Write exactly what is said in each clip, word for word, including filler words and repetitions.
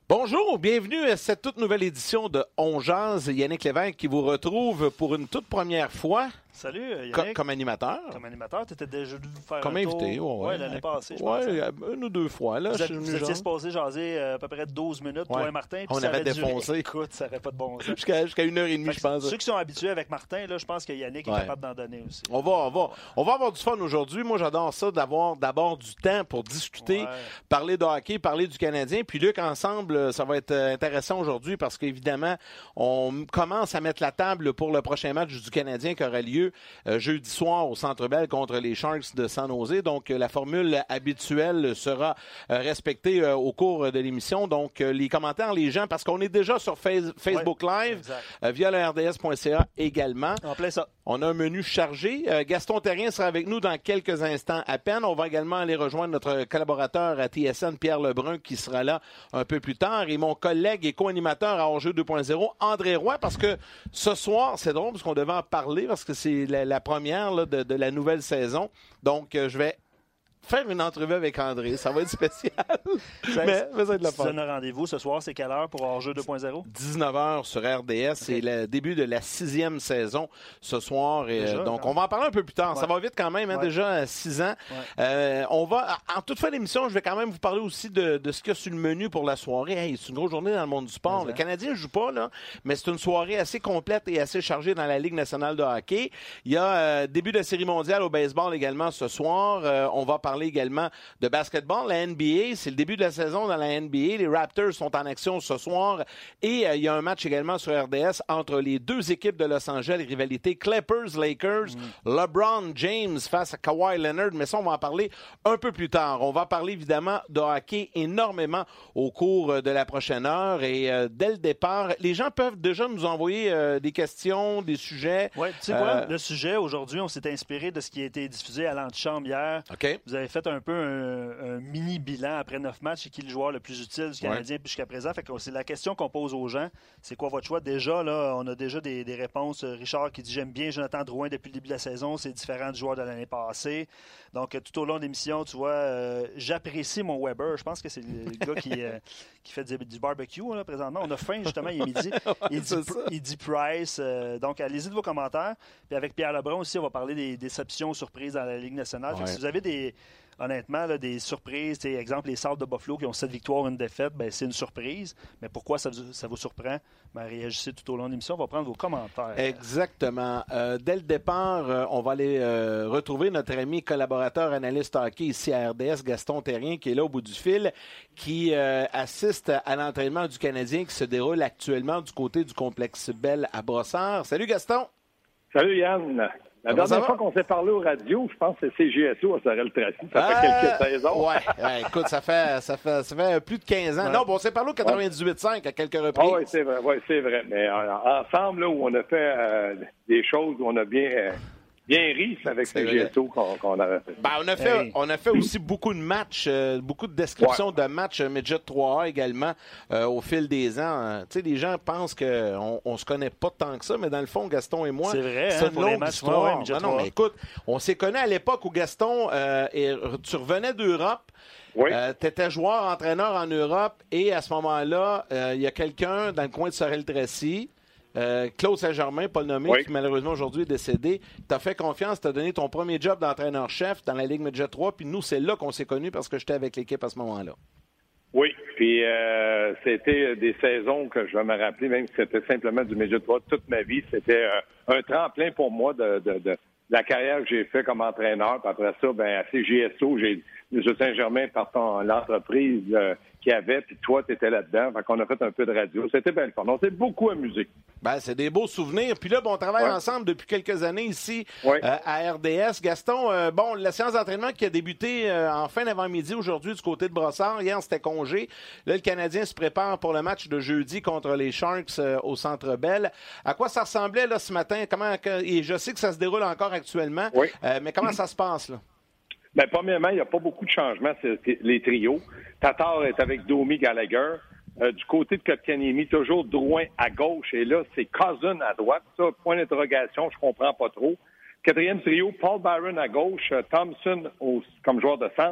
Bonjour, bienvenue à cette toute nouvelle édition de On Jase. Yannick Lévesque qui vous retrouve pour une toute première fois. Salut Yannick. Co- comme animateur. Comme animateur, tu étais déjà dû faire comme un invité, tour. ouais, ouais, l'année passée, je ouais, pense. Ouais, une ou deux fois. Là, vous je êtes, suis vous venu étiez genre. supposé jaser euh, à peu près douze minutes, toi Ouais. et Martin. Puis On ça avait aurait duré. défoncé. Écoute, ça n'aurait pas de bon sens. Jusqu'à, jusqu'à une heure et demie, Fait je que pense. Ceux qui sont habitués avec Martin, là, je pense que Yannick est Ouais. capable d'en donner aussi. On va, on, va, on va avoir du fun aujourd'hui. Moi, j'adore ça, d'avoir d'abord du temps pour discuter, Ouais. parler de hockey, parler du Canadien. Puis Luc, ensemble, ça va être euh, intéressant aujourd'hui parce qu'évidemment, on commence à mettre la table pour le prochain match du Canadien qui aura lieu euh, jeudi soir au Centre Bell contre les Sharks de San Jose. Donc, euh, la formule habituelle sera euh, respectée euh, au cours de l'émission. Donc, euh, les commentaires, les gens, parce qu'on est déjà sur face- Facebook Ouais, Live, exact. euh, via le R D S point C A également. En plein ça. On a un menu chargé. Euh, Gaston Terrien sera avec nous dans quelques instants à peine. On va également aller rejoindre notre collaborateur à T S N, Pierre Lebrun, qui sera là un peu plus tard. Et mon collègue et co-animateur à Enjeu deux point zéro, André Roy, parce que ce soir, c'est drôle, parce qu'on devait en parler, parce que c'est la, la première là, de, de la nouvelle saison. Donc, euh, je vais faire une entrevue avec André. Ça va être spécial. Mais, mais ça va être la Si tu donnes un rendez-vous ce soir, c'est quelle heure pour Hors-jeu deux point zéro? dix-neuf heures sur R D S. C'est Ok. le début de la sixième saison ce soir. Et, Déjà, euh, donc, hein? on va en parler un peu plus tard. Ça Ouais. va vite quand même, hein, Ouais. déjà à six ans. Ouais. Euh, on va, en toute fin d'émission, je vais quand même vous parler aussi de, de ce qu'il y a sur le menu pour la soirée. Hey, c'est une grosse journée dans le monde du sport. Mais Le ça. Canadien ne joue pas, là, mais c'est une soirée assez complète et assez chargée dans la Ligue nationale de hockey. Il y a euh, début de série mondiale au baseball également ce soir. Euh, on va parler également de basketball, la N B A. C'est le début de la saison dans la N B A. Les Raptors sont en action ce soir. Et euh, il y a un match également sur R D S entre les deux équipes de Los Angeles, rivalité Clippers-Lakers. Mm. LeBron James face à Kawhi Leonard. Mais ça, on va en parler un peu plus tard. On va parler évidemment de hockey énormément au cours euh, de la prochaine heure. Et euh, dès le départ, les gens peuvent déjà nous envoyer euh, des questions, des sujets. Oui, tu sais quoi? Euh, Le sujet, aujourd'hui, on s'est inspiré de ce qui a été diffusé à l'antichambre hier. OK. Vous avez fait un peu un, un mini bilan après neuf matchs et qui est le joueur le plus utile du Canadien jusqu'à présent. Fait que c'est la question qu'on pose aux gens. C'est quoi votre choix? Déjà, là, on a déjà des, des réponses. Richard qui dit « J'aime bien Jonathan Drouin depuis le début de la saison. C'est différent du joueur de l'année passée. » Donc, euh, tout au long de l'émission, tu vois, euh, j'apprécie mon Weber. Je pense que c'est le gars qui, euh, qui fait du, du barbecue là, présentement. On a faim, justement, il est midi. Il dit, c'est ça. il dit Price. Euh, donc, allez-y de vos commentaires. Puis avec Pierre Lebrun aussi, on va parler des déceptions, surprises dans la Ligue nationale. Fait que Ouais. si vous avez des... Honnêtement, là, des surprises, tu sais, exemple, les Sables de Buffalo qui ont sept victoires, une défaite, ben, c'est une surprise. Mais pourquoi ça, vous- ça vous surprend? Ben, réagissez tout au long de l'émission. On va prendre vos commentaires. Exactement. Euh, dès le départ, euh, on va aller euh, retrouver notre ami collaborateur analyste hockey ici à R D S, Gaston Terrien, qui est là au bout du fil, qui euh, assiste à l'entraînement du Canadien qui se déroule actuellement du côté du complexe Bell à Brossard. Salut Gaston! Salut Yann. La Comment ça dernière va? fois qu'on s'est parlé au radio, je pense que c'est C G S O à Sorel-Tracy. Ça fait Euh, quelques saisons. Ouais, ouais, écoute, ça fait, ça fait, ça fait plus de quinze ans. Ouais. Non, bon, on s'est parlé au quatre-vingt-dix-huit cinq à quelques Ah reprises. oui, c'est vrai, ouais, c'est vrai. Mais euh, ensemble, là, où on a fait euh, des choses, où on a bien, euh, bien ri, c'est avec C'est C G S O qu'on qu'on a fait. Ben, on, a fait, Hey. on a fait aussi beaucoup de matchs, euh, beaucoup de descriptions de matchs euh, Midget trois A également euh, au fil des ans. Euh, tu sais, les gens pensent qu'on on se connaît pas tant que ça, mais dans le fond, Gaston et moi, C'est vrai, c'est hein, une pour les longue matchs, histoire. ouais, ouais, Midget non, non, trois A. mais écoute, on s'est connus à l'époque où Gaston, euh, et, tu revenais d'Europe. Oui. tu étais joueur-entraîneur en Europe et à ce moment-là, euh, il y a quelqu'un dans le coin de Sorel-Tracy, euh, Claude Saint-Germain, pas le nommé, Oui. qui malheureusement aujourd'hui est décédé. Tu as fait confiance, tu as donné ton premier job d'entraîneur-chef dans la Ligue Midget trois, puis nous, c'est là qu'on s'est connus parce que j'étais avec l'équipe à ce moment-là. Oui, puis euh, c'était des saisons que je vais me rappeler, même si c'était simplement du Midget trois toute ma vie. C'était euh, un tremplin pour moi de, de, de la carrière que j'ai fait comme entraîneur. Puis après ça, ben, à C G S O, j'ai M. Saint-Germain par ton- l'entreprise euh, qu'il y avait, puis toi, tu étais là-dedans. Fait qu'on a fait un peu de radio. C'était bien le fun. On s'est beaucoup amusé. Ben, c'est des beaux souvenirs. Puis là, bon, on travaille Ouais. ensemble depuis quelques années ici Ouais. euh, à R D S. Gaston, euh, bon, la séance d'entraînement qui a débuté euh, en fin d'avant-midi aujourd'hui du côté de Brossard. Hier, c'était congé. Là, le Canadien se prépare pour le match de jeudi contre les Sharks euh, au Centre Bell. À quoi ça ressemblait là ce matin? Comment que- et je sais que ça se déroule encore actuellement, Oui. euh, mais comment ça se passe là? Bien, premièrement, il n'y a pas beaucoup de changements, c'est c'est les trios. Tatar est avec Domi Gallagher. Euh, du côté de Kotkaniemi, toujours Drouin à gauche. Et là, c'est Cousin à droite. Ça, point d'interrogation, je comprends pas trop. Quatrième trio, Paul Byron à gauche, euh, Thompson au- comme joueur de centre.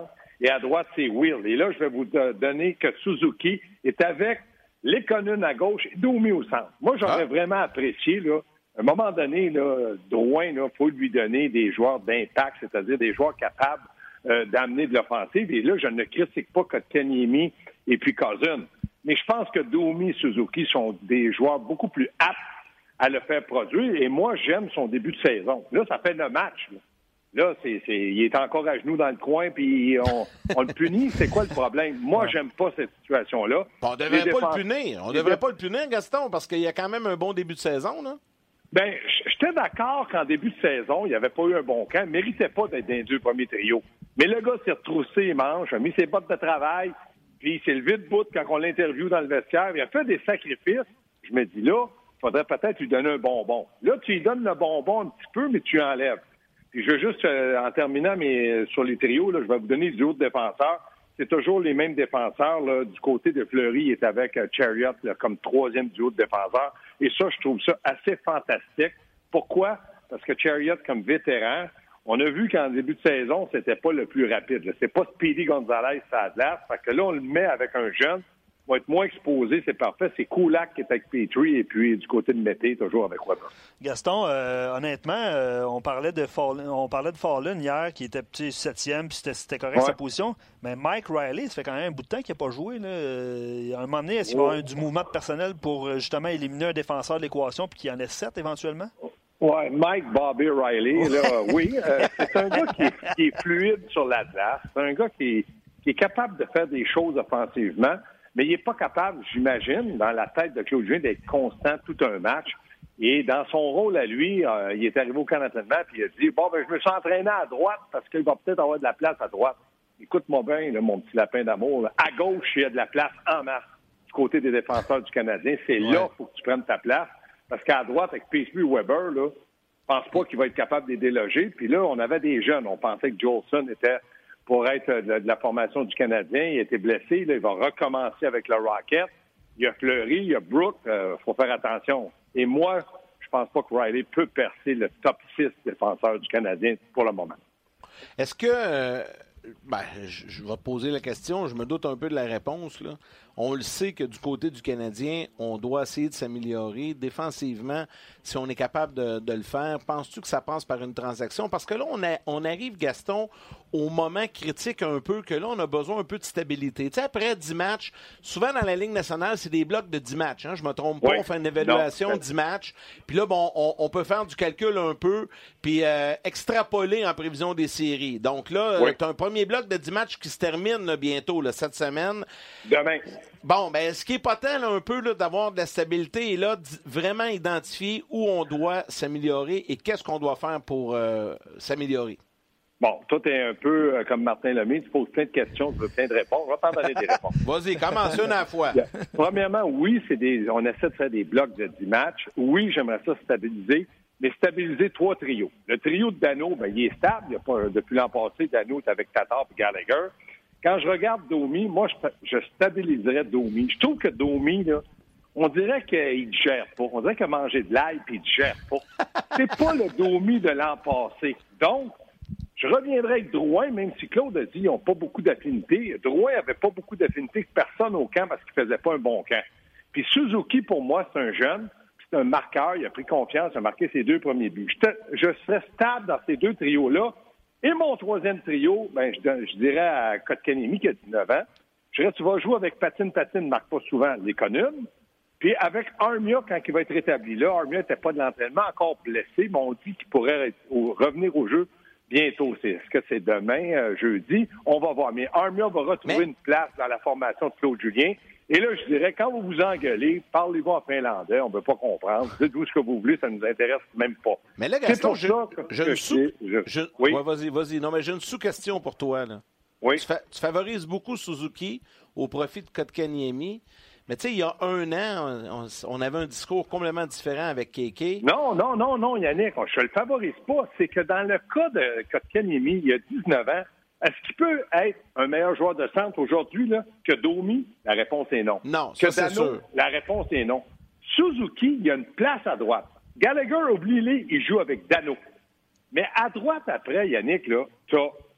et à droite, c'est Will. Et là, je vais vous donner que Suzuki est avec Lekonen à gauche et Domi au centre. Moi, j'aurais ah. vraiment apprécié, là, à un moment donné, là, Drouin, il faut lui donner des joueurs d'impact, c'est-à-dire des joueurs capables euh, d'amener de l'offensive. Et là, je ne critique pas Kotkaniemi et puis Cousin. Mais je pense que Domi et Suzuki sont des joueurs beaucoup plus aptes à le faire produire. Et moi, j'aime son début de saison. Là, ça fait le match. Là, là c'est, c'est, il est encore à genoux dans le coin, puis on, on le punit. C'est quoi le problème? Moi, j'aime pas cette situation-là. On ne devrait pas défense... le punir. On ne devrait dé... pas le punir, Gaston, parce qu'il y a quand même un bon début de saison, là. Bien, j'étais d'accord qu'en début de saison, il n'y avait pas eu un bon camp. Il ne méritait pas d'être dans les deux premiers trios. Mais le gars s'est retroussé les manches, a mis ses bottes de travail, puis il s'est levé de bout quand on l'interviewe dans le vestiaire. Il a fait des sacrifices. Je me dis là, il faudrait peut-être lui donner un bonbon. Là, tu lui donnes le bonbon un petit peu, mais tu enlèves. Puis je veux juste, euh, en terminant mais sur les trios, là, je vais vous donner le duo de défenseurs. C'est toujours les mêmes défenseurs. Là. Du côté de Fleury, il est avec euh, Chariot là, comme troisième duo de défenseurs. Et ça, je trouve ça assez fantastique. Pourquoi? Parce que Chariot, comme vétéran, on a vu qu'en début de saison, c'était pas le plus rapide. Là. C'est pas Speedy Gonzalez à glace. Fait que là, on le met avec un jeune. Il va être moins exposé, c'est parfait. C'est Kulak qui est avec Petrie et puis du côté de Mété, toujours avec Weber. Gaston, euh, honnêtement, euh, on parlait de Fallen, on parlait de Fallen hier, qui était petit septième, puis c'était, c'était correct ouais. sa position. Mais Mike Riley, ça fait quand même un bout de temps qu'il n'a pas joué. Là. Euh, à un moment donné, est-ce qu'il va y avoir du mouvement de personnel pour justement éliminer un défenseur de l'équation puis qu'il y en ait sept éventuellement? Oui, Mike Bobby Riley, là, oui. Euh, c'est un gars qui est, qui est fluide sur la glace. C'est un gars qui est, qui est capable de faire des choses offensivement. Mais il n'est pas capable, j'imagine, dans la tête de Claude Julien, d'être constant tout un match. Et dans son rôle à lui, euh, il est arrivé au camp d'entraînement et il a dit « Bon, ben je me suis entraîné à droite parce qu'il va peut-être avoir de la place à droite. » Écoute-moi bien, là, mon petit lapin d'amour. Là. À gauche, il y a de la place en masse du côté des défenseurs du Canadien. C'est ouais. là qu'il faut que tu prennes ta place. Parce qu'à droite, avec Petrie et Weber, là, je pense pas qu'il va être capable de les déloger. Puis là, on avait des jeunes. On pensait que Jolson était... pour être de, de la formation du Canadien. Il a été blessé. Là, il va recommencer avec le Rocket. Il y a Fleury, il y a Brooke. Il euh, faut faire attention. Et moi, je pense pas que Riley peut percer le top six défenseurs du Canadien pour le moment. Est-ce que... Euh, ben, je, je vais te poser la question. Je me doute un peu de la réponse, là. On le sait que du côté du Canadien, on doit essayer de s'améliorer. Défensivement, si on est capable de, de le faire, penses-tu que ça passe par une transaction? Parce que là, on, a, on arrive, Gaston, au moment critique un peu, que là, on a besoin un peu de stabilité. Tu sais, après dix matchs, souvent dans la Ligue nationale, c'est des blocs de dix matchs. Hein? Je me trompe pas, oui. On fait une évaluation de dix matchs. Puis là, bon, on, on peut faire du calcul un peu, puis euh, extrapoler en prévision des séries. Donc là, oui. tu as un premier bloc de dix matchs qui se termine là, bientôt, là, cette semaine. Demain. Bon, ben, ce qui est pas tant, là, un peu, là, d'avoir de la stabilité et là, d- vraiment identifier où on doit s'améliorer et qu'est-ce qu'on doit faire pour euh, s'améliorer. Bon, toi, t'es un peu euh, comme Martin Lemay, tu poses plein de questions, tu veux plein de réponses. On va t'en donner des réponses. Vas-y, commence une à la fois. Premièrement, oui, c'est des, on essaie de faire des blocs de dix matchs. Oui, j'aimerais ça stabiliser, mais stabiliser trois trios. Le trio de Dano, ben, il est stable. Il y a pas, depuis l'an passé, Dano est avec Tatar et Gallagher. Quand je regarde Domi, moi, je, je stabiliserais Domi. Je trouve que Domi, là, on dirait qu'il ne digère pas. On dirait qu'il a mangé de l'ail et il ne digère pas. C'est pas le Domi de l'an passé. Donc, je reviendrai avec Drouin, même si Claude a dit qu'ils n'ont pas beaucoup d'affinité. Drouin n'avait pas beaucoup d'affinité avec personne au camp parce qu'il ne faisait pas un bon camp. Puis Suzuki, pour moi, c'est un jeune. C'est un marqueur. Il a pris confiance. Il a marqué ses deux premiers buts. Je, te, je serais stable dans ces deux trios-là. Et mon troisième trio, ben, je, je dirais à Kotkaniemi, qui a dix-neuf ans, je dirais, tu vas jouer avec Patine. Patine ne marque pas souvent les Connunes. Puis avec Armia, quand il va être rétabli là, Armia n'était pas de l'entraînement, encore blessé, mais on dit qu'il pourrait être, au, revenir au jeu bientôt. C'est, est-ce que c'est demain, euh, jeudi? On va voir. Mais Armia va retrouver mais... une place dans la formation de Claude Julien. Et là, je dirais, quand vous vous engueulez, parlez-vous en finlandais, on ne veut pas comprendre. Dites-vous ce que vous voulez, ça ne nous intéresse même pas. Mais là, Gaston, je, je, je, sous... je, je... Oui, ouais, vas-y, vas-y. Non, mais j'ai une sous-question pour toi, là. Oui. Tu, fa... tu favorises beaucoup Suzuki au profit de Kotkaniemi. Mais tu sais, il y a un an, on, on avait un discours complètement différent avec Kéké. Non, non, non, non, Yannick, je ne le favorise pas. C'est que dans le cas de Kotkaniemi, il y a dix-neuf ans, est-ce qu'il peut être un meilleur joueur de centre aujourd'hui là, que Domi? La réponse est non. Non, ça, que c'est Dano, sûr. La réponse est non. Suzuki, il y a une place à droite. Gallagher, oublie-les, il joue avec Dano. Mais à droite, après, Yannick, là, tu as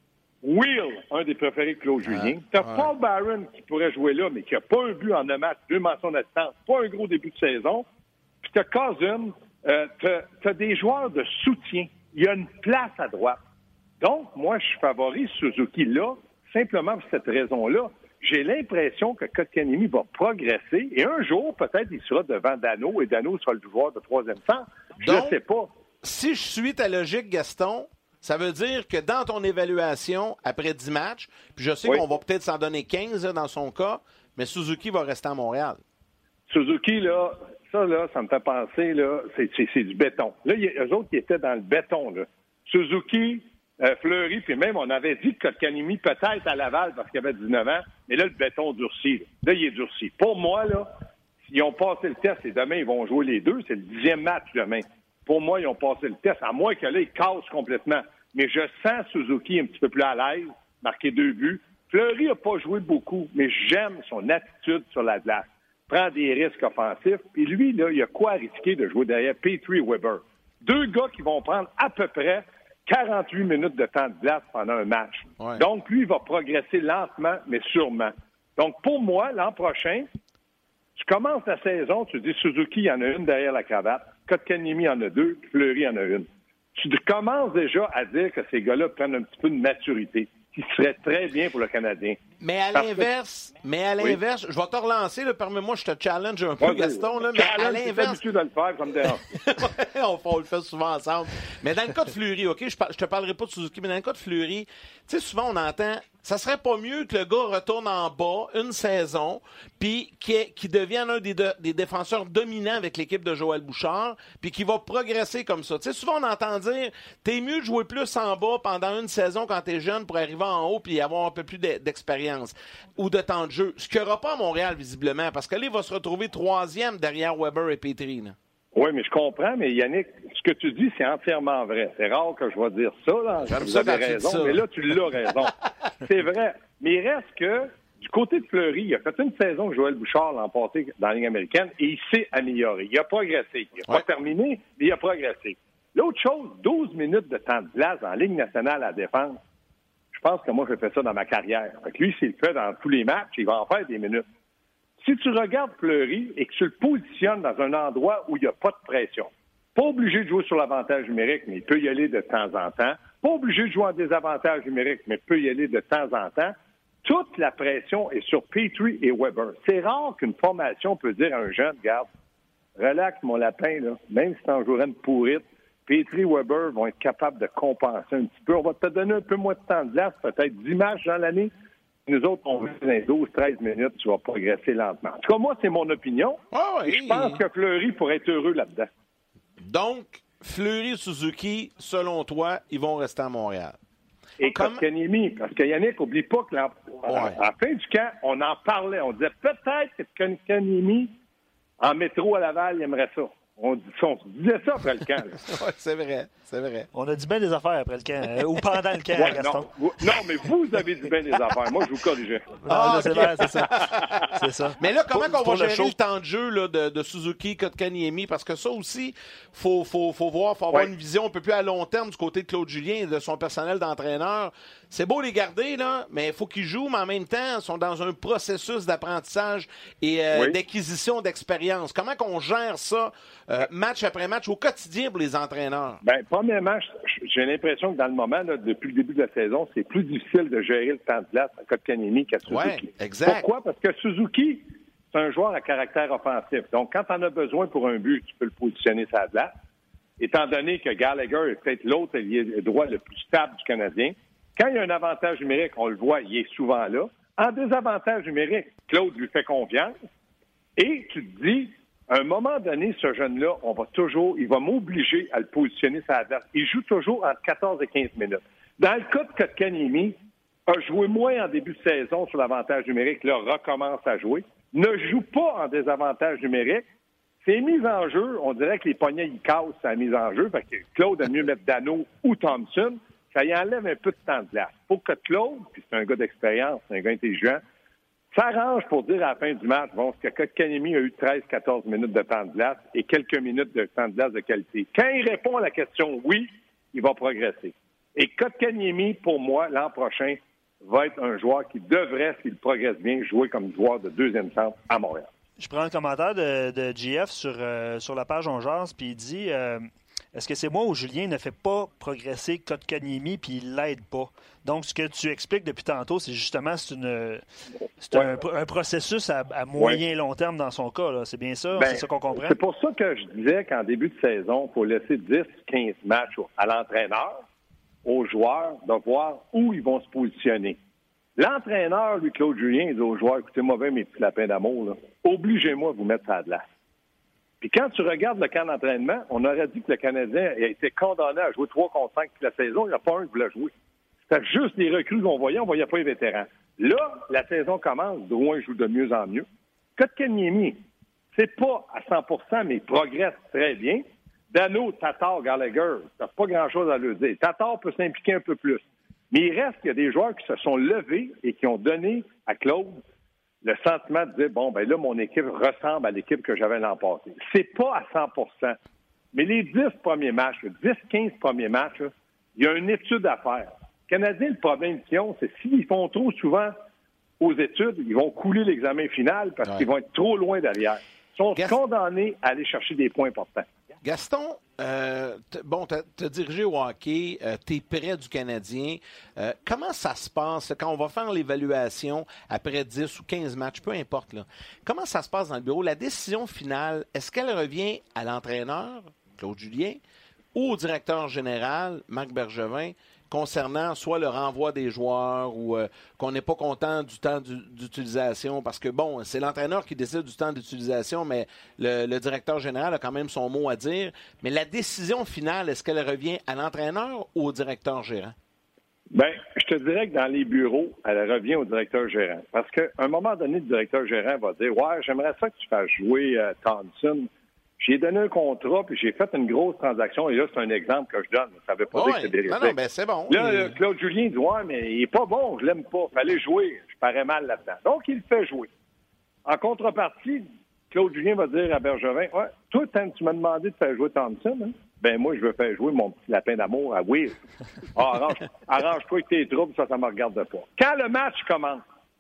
Wheel, un des préférés de Claude Julien. Ah, T'as ouais. Paul Byron qui pourrait jouer là, mais qui n'a pas un but en un match, deux mentions d'assistance, pas un gros début de saison. Puis t'as Cousin, euh, t'as, t'as des joueurs de soutien. Il y a une place à droite. Donc, moi, je favorise Suzuki là, simplement pour cette raison-là. J'ai l'impression que Kotkaniemi va progresser et un jour, peut-être, il sera devant Dano et Dano sera le joueur de troisième centre. Je ne sais pas. Si je suis ta logique, Gaston, ça veut dire que dans ton évaluation, après dix matchs, puis je sais oui. qu'on va peut-être s'en donner quinze là, dans son cas, mais Suzuki va rester à Montréal. Suzuki, là, ça, là, ça me fait penser, là, c'est, c'est, c'est du béton. Là, il y a eux autres qui étaient dans le béton, là. Suzuki, euh, Fleury, puis même, on avait dit que Kotkaniemi peut-être à Laval parce qu'il avait dix-neuf ans, mais là, le béton durcit. Là, là il est durci. Pour moi, là, s'ils ont passé le test et demain, ils vont jouer les deux, c'est le dixième match demain. Pour moi, ils ont passé le test, à moins que là, ils cassent complètement. Mais je sens Suzuki un petit peu plus à l'aise, marquer deux buts. Fleury n'a pas joué beaucoup, mais j'aime son attitude sur la glace. Prend des risques offensifs. Puis lui, là, il a quoi à risquer de jouer derrière Petrie et Weber? Deux gars qui vont prendre à peu près quarante-huit minutes de temps de glace pendant un match. Ouais. Donc, lui, il va progresser lentement, mais sûrement. Donc, pour moi, l'an prochain, tu commences la saison, tu dis Suzuki, il y en a une derrière la cravate. Kotkaniemi en a deux, Fleury en a une. Tu commences déjà à dire que ces gars-là prennent un petit peu de maturité, qui serait très bien pour le Canadien. Mais à Parce l'inverse, que... mais à l'inverse, oui. je vais te relancer, là, permets-moi, je te challenge un peu, ouais, Gaston, là, mais à l'inverse... habitué de le faire, comme dérange. on, on le fait souvent ensemble. Mais dans le cas de Fleury, OK, je, par... je te parlerai pas de Suzuki, mais dans le cas de Fleury, tu sais, souvent on entend, ça serait pas mieux que le gars retourne en bas une saison, puis qu'il qui devienne un des, de... des défenseurs dominants avec l'équipe de Joël Bouchard, puis qu'il va progresser comme ça. Tu sais, souvent on entend dire, t'es mieux de jouer plus en bas pendant une saison quand t'es jeune pour arriver en haut puis avoir un peu plus d'expérience ou de temps de jeu. Ce qu'il n'y aura pas à Montréal, visiblement, parce que là, il va se retrouver troisième derrière Weber et Petrie. Là. Oui, mais je comprends, mais Yannick, ce que tu dis, c'est entièrement vrai. C'est rare que je vais dire ça, là. Vous ça avez raison, mais là, tu l'as raison. C'est vrai. Mais il reste que, du côté de Fleury, il a fait une saison Joël Bouchard l'an passé dans la Ligue américaine et il s'est amélioré. Il a progressé. Il n'a ouais. pas terminé, mais il a progressé. L'autre chose, douze minutes de temps de glace en Ligue nationale à défense. Je pense que moi, je fais ça dans ma carrière. Fait que lui, s'il le fait dans tous les matchs, il va en faire des minutes. Si tu regardes Fleury et que tu le positionnes dans un endroit où il n'y a pas de pression, pas obligé de jouer sur l'avantage numérique, mais il peut y aller de temps en temps, pas obligé de jouer en désavantage numérique, mais peut y aller de temps en temps, toute la pression est sur Petrie et Weber. C'est rare qu'une formation peut dire à un jeune, regarde, relax mon lapin, là, même si tu en jouerais une pourrite, Petrie et Weber vont être capables de compenser un petit peu. On va te donner un peu moins de temps de glace, peut-être dix matchs dans l'année. Nous autres, on veut dans douze treize minutes, tu vas progresser lentement. En tout cas, moi, c'est mon opinion. Oh, oui. Et je pense que Fleury pourrait être heureux là-dedans. Donc, Fleury et Suzuki, selon toi, ils vont rester à Montréal. Et Comme... Kotkaniemi, parce que Yannick, n'oublie pas que la... ouais. à la fin du camp, on en parlait. On disait peut-être que Kotkaniemi, en métro à Laval, il aimerait ça. On, dit, on disait ça après le camp. Oui, c'est vrai, c'est vrai. On a dit bien des affaires après le camp, euh, ou pendant le camp, ouais, Gaston. Non, vous, non, mais vous avez dit bien des affaires. Moi, je vous corrigeais. Ah, okay. C'est vrai, c'est ça. C'est ça. Mais là, comment pour, on va pour gérer le, le temps de jeu là, de, de Suzuki, Kotkaniemi? Parce que ça aussi, il faut, faut, faut voir, il faut avoir ouais. une vision un peu plus à long terme du côté de Claude Julien et de son personnel d'entraîneur. C'est beau les garder, là, mais il faut qu'ils jouent, mais en même temps, ils sont dans un processus d'apprentissage et euh, oui. d'acquisition d'expérience. Comment qu'on gère ça, euh, match après match, au quotidien pour les entraîneurs? Bien, premièrement, j'ai l'impression que dans le moment, là, depuis le début de la saison, c'est plus difficile de gérer le temps de glace à Kotkaniemi qu'à Suzuki. Ouais, exact. Pourquoi? Parce que Suzuki, c'est un joueur à caractère offensif. Donc, quand tu en as besoin pour un but, tu peux le positionner sur la glace. Étant donné que Gallagher est peut-être l'autre ailier droit le plus stable du Canadien, quand il y a un avantage numérique, on le voit, il est souvent là. En désavantage numérique, Claude lui fait confiance. Et tu te dis, à un moment donné, ce jeune-là, on va toujours, il va m'obliger à le positionner sur la glace. Il joue toujours entre quatorze et quinze minutes. Dans le cas de Kotkaniemi, a joué moins en début de saison sur l'avantage numérique, là, recommence à jouer, ne joue pas en désavantage numérique. Ses mises en jeu, on dirait que les poignets, ils cassent sa mise en jeu. Fait que Claude a mieux mettre Dano ou Thompson. Ça y enlève un peu de temps de glace. Faut que Claude, puis c'est un gars d'expérience, c'est un gars intelligent, s'arrange pour dire à la fin du match, bon, que Kotkaniemi a eu treize à quatorze minutes de temps de glace et quelques minutes de temps de glace de qualité. Quand il répond à la question oui, il va progresser. Et Kotkaniemi, pour moi, l'an prochain, va être un joueur qui devrait, s'il progresse bien, jouer comme joueur de deuxième centre à Montréal. Je prends un commentaire de, de G F sur, euh, sur la page On Jase, puis il dit euh, est-ce que c'est moi ou Julien ne fait pas progresser Kotkaniemi puis il l'aide pas? Donc, ce que tu expliques depuis tantôt, c'est justement c'est, une, c'est ouais. un, un processus à, à moyen et ouais. long terme dans son cas. Là. C'est bien ça? Ben, c'est ça qu'on comprend? C'est pour ça que je disais qu'en début de saison, il faut laisser dix quinze matchs à l'entraîneur, aux joueurs, de voir où ils vont se positionner. L'entraîneur, lui, Claude Julien, il dit aux joueurs, écoutez-moi bien mes petits lapins d'amour, là, obligez-moi de vous mettre à la glace. Puis quand tu regardes le camp d'entraînement, on aurait dit que le Canadien a été condamné à jouer trois contre cinq toute la saison. Il n'y a pas un qui voulait jouer. C'était juste les recrues qu'on voyait, on ne voyait pas les vétérans. Là, la saison commence, Drouin joue de mieux en mieux. Kotkaniemi, c'est pas à cent pour cent, mais il progresse très bien. Dano, Tatar, Gallagher, t'as pas grand-chose à leur dire. Tatar peut s'impliquer un peu plus. Mais il reste qu'il y a des joueurs qui se sont levés et qui ont donné à Claude le sentiment de dire, bon, ben là, mon équipe ressemble à l'équipe que j'avais l'an passé. C'est pas à cent pour cent. Mais les dix premiers matchs, dix quinze premiers matchs, là, il y a une étude à faire. Les Canadiens, le problème qu'ils ont, c'est s'ils font trop souvent aux études, ils vont couler l'examen final parce ouais. qu'ils vont être trop loin derrière. Ils sont Gaston, condamnés à aller chercher des points importants. Gaston, euh, t- bon, tu as dirigé au hockey, euh, tu es près du Canadien. Euh, comment ça se passe quand on va faire l'évaluation après dix ou quinze matchs, peu importe, là. Comment ça se passe dans le bureau? La décision finale, est-ce qu'elle revient à l'entraîneur, Claude Julien, ou au directeur général, Marc Bergevin, concernant soit le renvoi des joueurs ou euh, qu'on n'est pas content du temps du, d'utilisation parce que, bon, c'est l'entraîneur qui décide du temps d'utilisation, mais le, le directeur général a quand même son mot à dire. Mais la décision finale, est-ce qu'elle revient à l'entraîneur ou au directeur gérant? Bien, je te dirais que dans les bureaux, elle revient au directeur gérant. Parce qu'à un moment donné, le directeur gérant va dire « Ouais, j'aimerais ça que tu fasses jouer euh, Thompson. » J'ai donné un contrat, puis j'ai fait une grosse transaction. Et là, c'est un exemple que je donne. Ça ne veut pas oh dire ouais. que c'est véridique. Non, non, ben c'est bon. Là, il... là, Claude Julien dit « Ouais, mais il n'est pas bon, je l'aime pas. Fallait jouer. Je parais mal là-dedans. » Donc, il le fait jouer. En contrepartie, Claude Julien va dire à Bergevin « Ouais, toi, tu m'as demandé de faire jouer Thompson. Hein? Ben moi, je veux faire jouer mon petit lapin d'amour à Will. Ah, arrange, arrange-toi avec tes troubles, ça, ça ne me regarde pas. » Quand le match commence,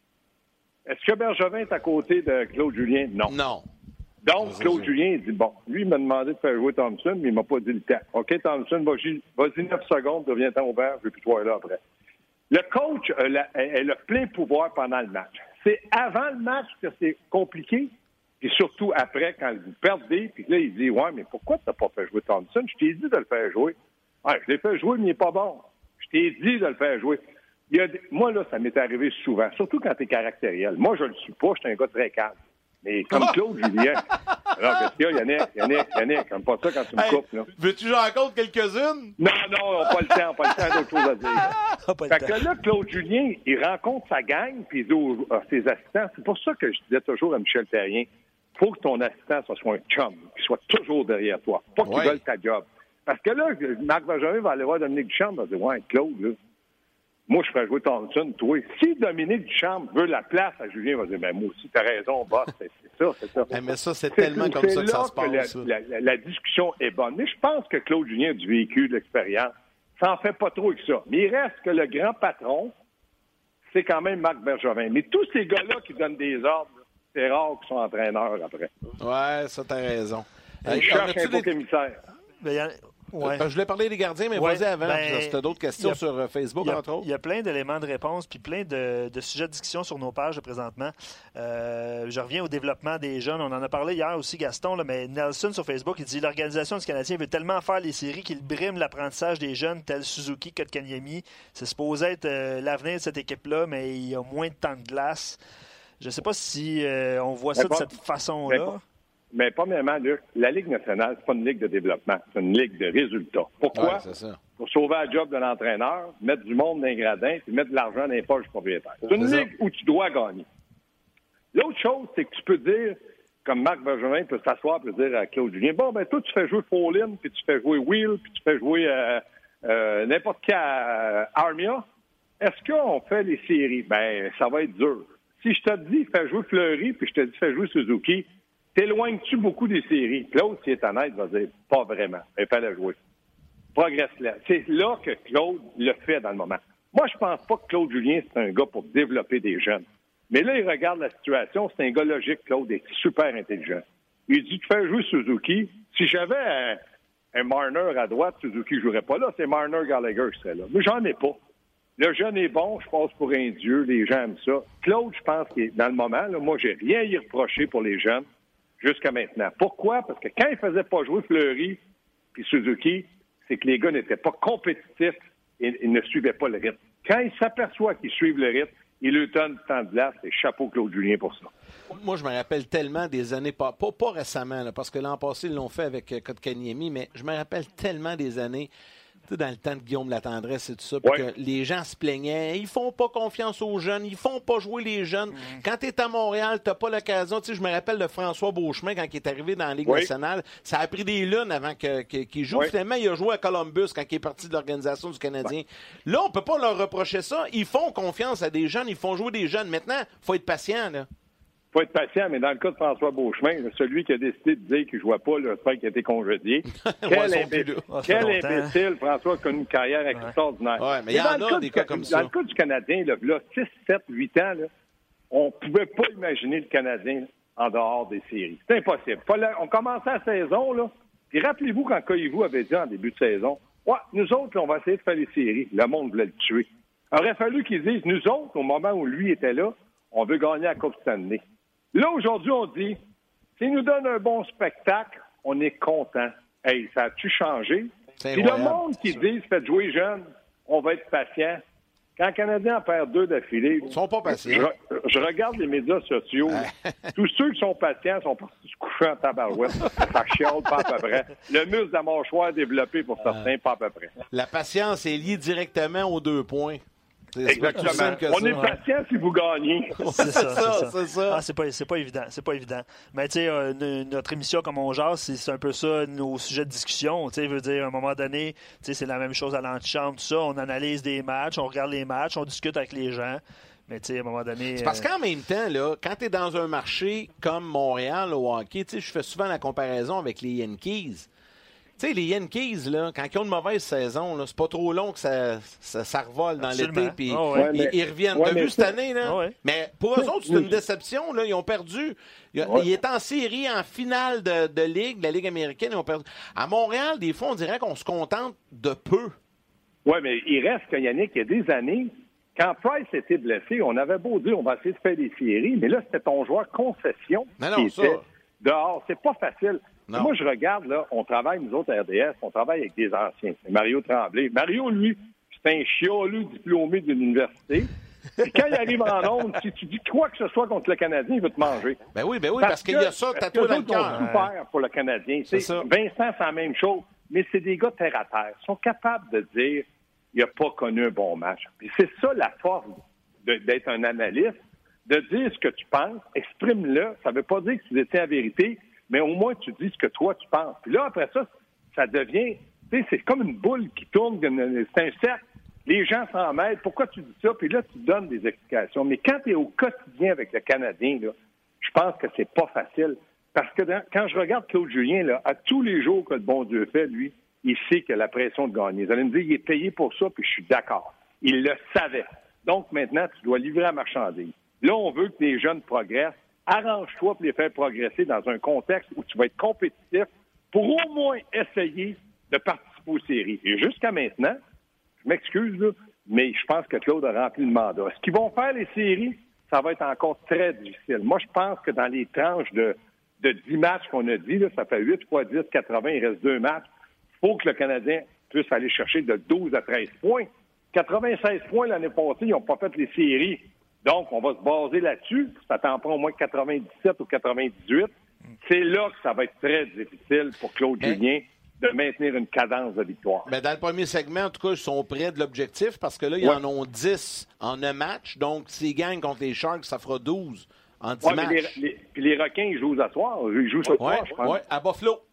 est-ce que Bergevin est à côté de Claude Julien? Non. Non. Donc, Claude Julien, il dit, bon, lui, il m'a demandé de faire jouer Thompson, mais il m'a pas dit le temps. OK, Thompson, vas-y, vas-y neuf secondes, deviens-temps ouvert, je vais plus te voir là après. Le coach a, la, a le plein pouvoir pendant le match. C'est avant le match que c'est compliqué, puis surtout après, quand vous perdez, puis là, il dit, ouais, mais pourquoi tu n'as pas fait jouer Thompson? Je t'ai dit de le faire jouer. Ouais, je l'ai fait jouer, mais il n'est pas bon. Je t'ai dit de le faire jouer. Il y a des... Moi, là, ça m'est arrivé souvent, surtout quand tu es caractériel. Moi, je ne le suis pas, je suis un gars très calme. Mais comme Claude Julien. Alors, qu'est-ce qu'il y a, Yannick, Yannick, Yannick, comme pas ça quand tu me hey, coupes, là. Veux-tu j'en compte quelques-unes? Non, non, on n'a pas le temps, on n'a pas le temps d'autre chose à dire. Fait que là, Claude Julien, il rencontre sa gang, puis il dit aux, à ses assistants, c'est pour ça que je disais toujours à Michel Therrien, il faut que ton assistant ça soit un chum, qu'il soit toujours derrière toi, pas qu'il ouais. veuille ta job. Parce que là, Marc Bergevin va aller voir Dominique Ducharme, il va dire, ouais, Claude, là, moi, je ferais jouer Thompson, toi. Si Dominique Ducharme veut la place à Julien, il va dire, ben moi aussi, t'as raison, boss, c'est, c'est ça, c'est ça. Hey, mais ça, c'est, c'est tellement comme ça que ça se passe. Que la, la, la discussion est bonne. Mais je pense que Claude Julien a du vécu, de l'expérience. Ça en fait pas trop avec ça. Mais il reste que le grand patron, c'est quand même Marc Bergevin. Mais tous ces gars-là qui donnent des ordres, c'est rare qu'ils sont entraîneurs après. Ouais, ça, t'as raison. Ils cherchent un faux émissaire. Ouais. Je voulais parler des gardiens, mais ouais, vas-y avant. Ben, si tu as d'autres questions a, sur Facebook, a, entre autres. Il y a plein d'éléments de réponse puis plein de, de sujets de discussion sur nos pages présentement. Euh, je reviens au développement des jeunes. On en a parlé hier aussi, Gaston, là, mais Nelson sur Facebook, il dit « L'organisation du Canadien veut tellement faire les séries qu'il brime l'apprentissage des jeunes tels Suzuki, Kotkaniemi. C'est supposé être euh, l'avenir de cette équipe-là, mais il y a moins de temps de glace. » Je ne sais pas si euh, on voit mais ça pas, de cette façon-là. Mais premièrement, Luc, la Ligue nationale, c'est pas une ligue de développement, c'est une ligue de résultats. Pourquoi? Ouais, c'est ça. Pour sauver la job de l'entraîneur, mettre du monde dans les gradins, puis mettre de l'argent dans les poches du propriétaire. C'est une c'est ligue ça. Où tu dois gagner. L'autre chose, c'est que tu peux dire, comme Marc Bergevin peut s'asseoir et dire à Claude Julien, bon, ben toi, tu fais jouer Follin, puis tu fais jouer Will, puis tu fais jouer euh, euh, n'importe quel euh, Armia. Est-ce qu'on fait les séries? Ben, ça va être dur. Si je te dis, fais jouer Fleury, puis je te dis, fais jouer Suzuki, t'éloignes-tu beaucoup des séries? Claude, s'il est honnête, va dire, pas vraiment. Il fallait jouer. progresse-là. C'est là que Claude le fait dans le moment. Moi, je pense pas que Claude Julien, c'est un gars pour développer des jeunes. Mais là, il regarde la situation, c'est un gars logique, Claude, est super intelligent. Il dit, tu fais jouer Suzuki. Si j'avais un, un Marner à droite, Suzuki ne jouerait pas là, c'est Marner Gallagher qui serait là. Mais j'en ai pas. Le jeune est bon, je passe pour un dieu, les gens aiment ça. Claude, je pense qu'il est dans le moment, là, moi, j'ai rien à y reprocher pour les jeunes jusqu'à maintenant. Pourquoi? Parce que quand il faisait pas jouer Fleury puis Suzuki, c'est que les gars n'étaient pas compétitifs et, et ne suivaient pas le rythme. Quand ils s'aperçoivent qu'ils suivent le rythme, ils lui donnent du temps de glace, et chapeau Claude Julien pour ça. Moi, je me rappelle tellement des années, pas, pas, pas récemment, là, parce que l'an passé, ils l'ont fait avec euh, Kotkaniemi, mais je me rappelle tellement des années, tu sais, dans le temps de Guillaume Latendresse et tout ça, puis ouais. que les gens se plaignaient, ils font pas confiance aux jeunes, ils font pas jouer les jeunes. Mm. Quand tu es à Montréal, t'as pas l'occasion. Tu sais, je me rappelle de François Beauchemin quand il est arrivé dans la Ligue oui. nationale, ça a pris des lunes avant que, que, qu'il joue. Oui. Finalement, il a joué à Columbus quand il est parti de l'organisation du Canadien. Ouais. Là, on peut pas leur reprocher ça. Ils font confiance à des jeunes, ils font jouer des jeunes. Maintenant, faut être patient, là. Il faut être patient, mais dans le cas de François Beauchemin, celui qui a décidé de dire qu'il ne jouait pas, le fait qu'il a été congédié. Quel, ouais, imbécile, oh, quel imbécile, François a connu une carrière extraordinaire. Ouais, mais il y en a des cas comme ça. Dans le cas du Canadien, là, là six, sept, huit ans, là, on ne pouvait pas imaginer le Canadien en dehors des séries. C'est impossible. On commençait la saison, là, puis rappelez-vous quand Koivu avait dit en début de saison, ouais, nous autres, là, on va essayer de faire les séries. Le monde voulait le tuer. Il aurait fallu qu'ils disent, nous autres, au moment où lui était là, on veut gagner la Coupe Stanley. Là, aujourd'hui, on dit, s'il nous donne un bon spectacle, on est content. Hey, ça a-tu changé? Puis le monde qui dit, faites jouer jeune, on va être patient. Quand le Canadien en perd deux d'affilée, ils sont pas patients. Je, je regarde les médias sociaux. Tous ceux qui sont patients sont partis se coucher en tabarouette. Ça chiale pas à peu près. Le muscle de la mâchoire développé pour certains, euh, pas à peu près. La patience est liée directement aux deux points. C'est exactement. On ça, est patient ouais. si vous gagnez. C'est ça, c'est ça. C'est, ça. Ah, c'est, pas, c'est pas évident. C'est pas évident. Mais tu sais, euh, notre émission comme on jase, c'est, c'est un peu ça, nos sujets de discussion. Tu sais, veut dire, à un moment donné, tu sais, c'est la même chose à l'antichambre, tout ça. On analyse des matchs, on regarde les matchs, on discute avec les gens. Mais tu sais, à un moment donné... C'est parce qu'en même temps, là, quand tu es dans un marché comme Montréal au hockey, tu sais, je fais souvent la comparaison avec les Yankees. Tu sais, les Yankees, là, quand ils ont une mauvaise saison, là, c'est pas trop long que ça, ça, ça revole dans Absolument. l'été, puis oh, ouais, ils, mais, ils reviennent. Ouais, T'as vu cette année, là? Oh, ouais. Mais pour eux autres, c'est une déception, là. Ils ont perdu. Ils, ouais. ils étaient en série, en finale de, de Ligue, la Ligue américaine, ils ont perdu. À Montréal, des fois, on dirait qu'on se contente de peu. Oui, mais il reste que Yannick, il y a des années, quand Price était blessé, on avait beau dire on va essayer de faire des séries, mais là, c'était ton joueur concession non, non, qui ça... était dehors. C'est pas facile. Non. Moi, je regarde, là, on travaille, nous autres, à R D S, on travaille avec des anciens. C'est Mario Tremblay. Mario, lui, c'est un chialeux diplômé de l'université. Puis quand il arrive en onde, si tu dis quoi que ce soit contre le Canadien, il va te manger. Ben oui, ben oui, parce, parce qu'il y a ça tatoué dans le cœur. Ils ont souffert pour le Canadien. C'est ça. Vincent, c'est la même chose. Mais c'est des gars terre à terre. Ils sont capables de dire il n'a pas connu un bon match. Puis c'est ça la force de, d'être un analyste, de dire ce que tu penses, exprime-le. Ça ne veut pas dire que tu détiens la vérité, mais au moins, tu dis ce que toi, tu penses. Puis là, après ça, ça devient... Tu sais, c'est comme une boule qui tourne, c'est un cercle. Les gens s'en mêlent. Pourquoi tu dis ça? Puis là, tu donnes des explications. Mais quand tu es au quotidien avec le Canadien, là, je pense que c'est pas facile. Parce que dans, quand je regarde Claude Julien, là, à tous les jours que le bon Dieu fait, lui, il sait qu'il a la pression de gagner. Vous allez me dire, il est payé pour ça, puis je suis d'accord. Il le savait. Donc, maintenant, tu dois livrer la marchandise. Là, on veut que les jeunes progressent. Arrange-toi pour les faire progresser dans un contexte où tu vas être compétitif pour au moins essayer de participer aux séries. Et jusqu'à maintenant, je m'excuse, là, mais je pense que Claude a rempli le mandat. Est-ce qu'ils vont faire les séries? Ça va être encore très difficile. Moi, je pense que dans les tranches de, de dix matchs qu'on a dit, là, ça fait huit fois dix, quatre-vingts, il reste deux matchs. Il faut que le Canadien puisse aller chercher de douze à treize points. quatre-vingt-seize points l'année passée, ils n'ont pas fait les séries. Donc, on va se baser là-dessus. Ça t'en prend au moins quatre-vingt-dix-sept ou quatre-vingt-dix-huit. C'est là que ça va être très difficile pour Claude hein? Julien de maintenir une cadence de victoire. Mais dans le premier segment, en tout cas, ils sont près de l'objectif parce que là, ils ouais. en ont dix en un match. Donc, s'ils gagnent contre les Sharks, ça fera douze en dix ouais, matchs. Puis les, les, les Requins, ils jouent à soir. Ils jouent ce ouais, soir, je pense. Oui, à Buffalo.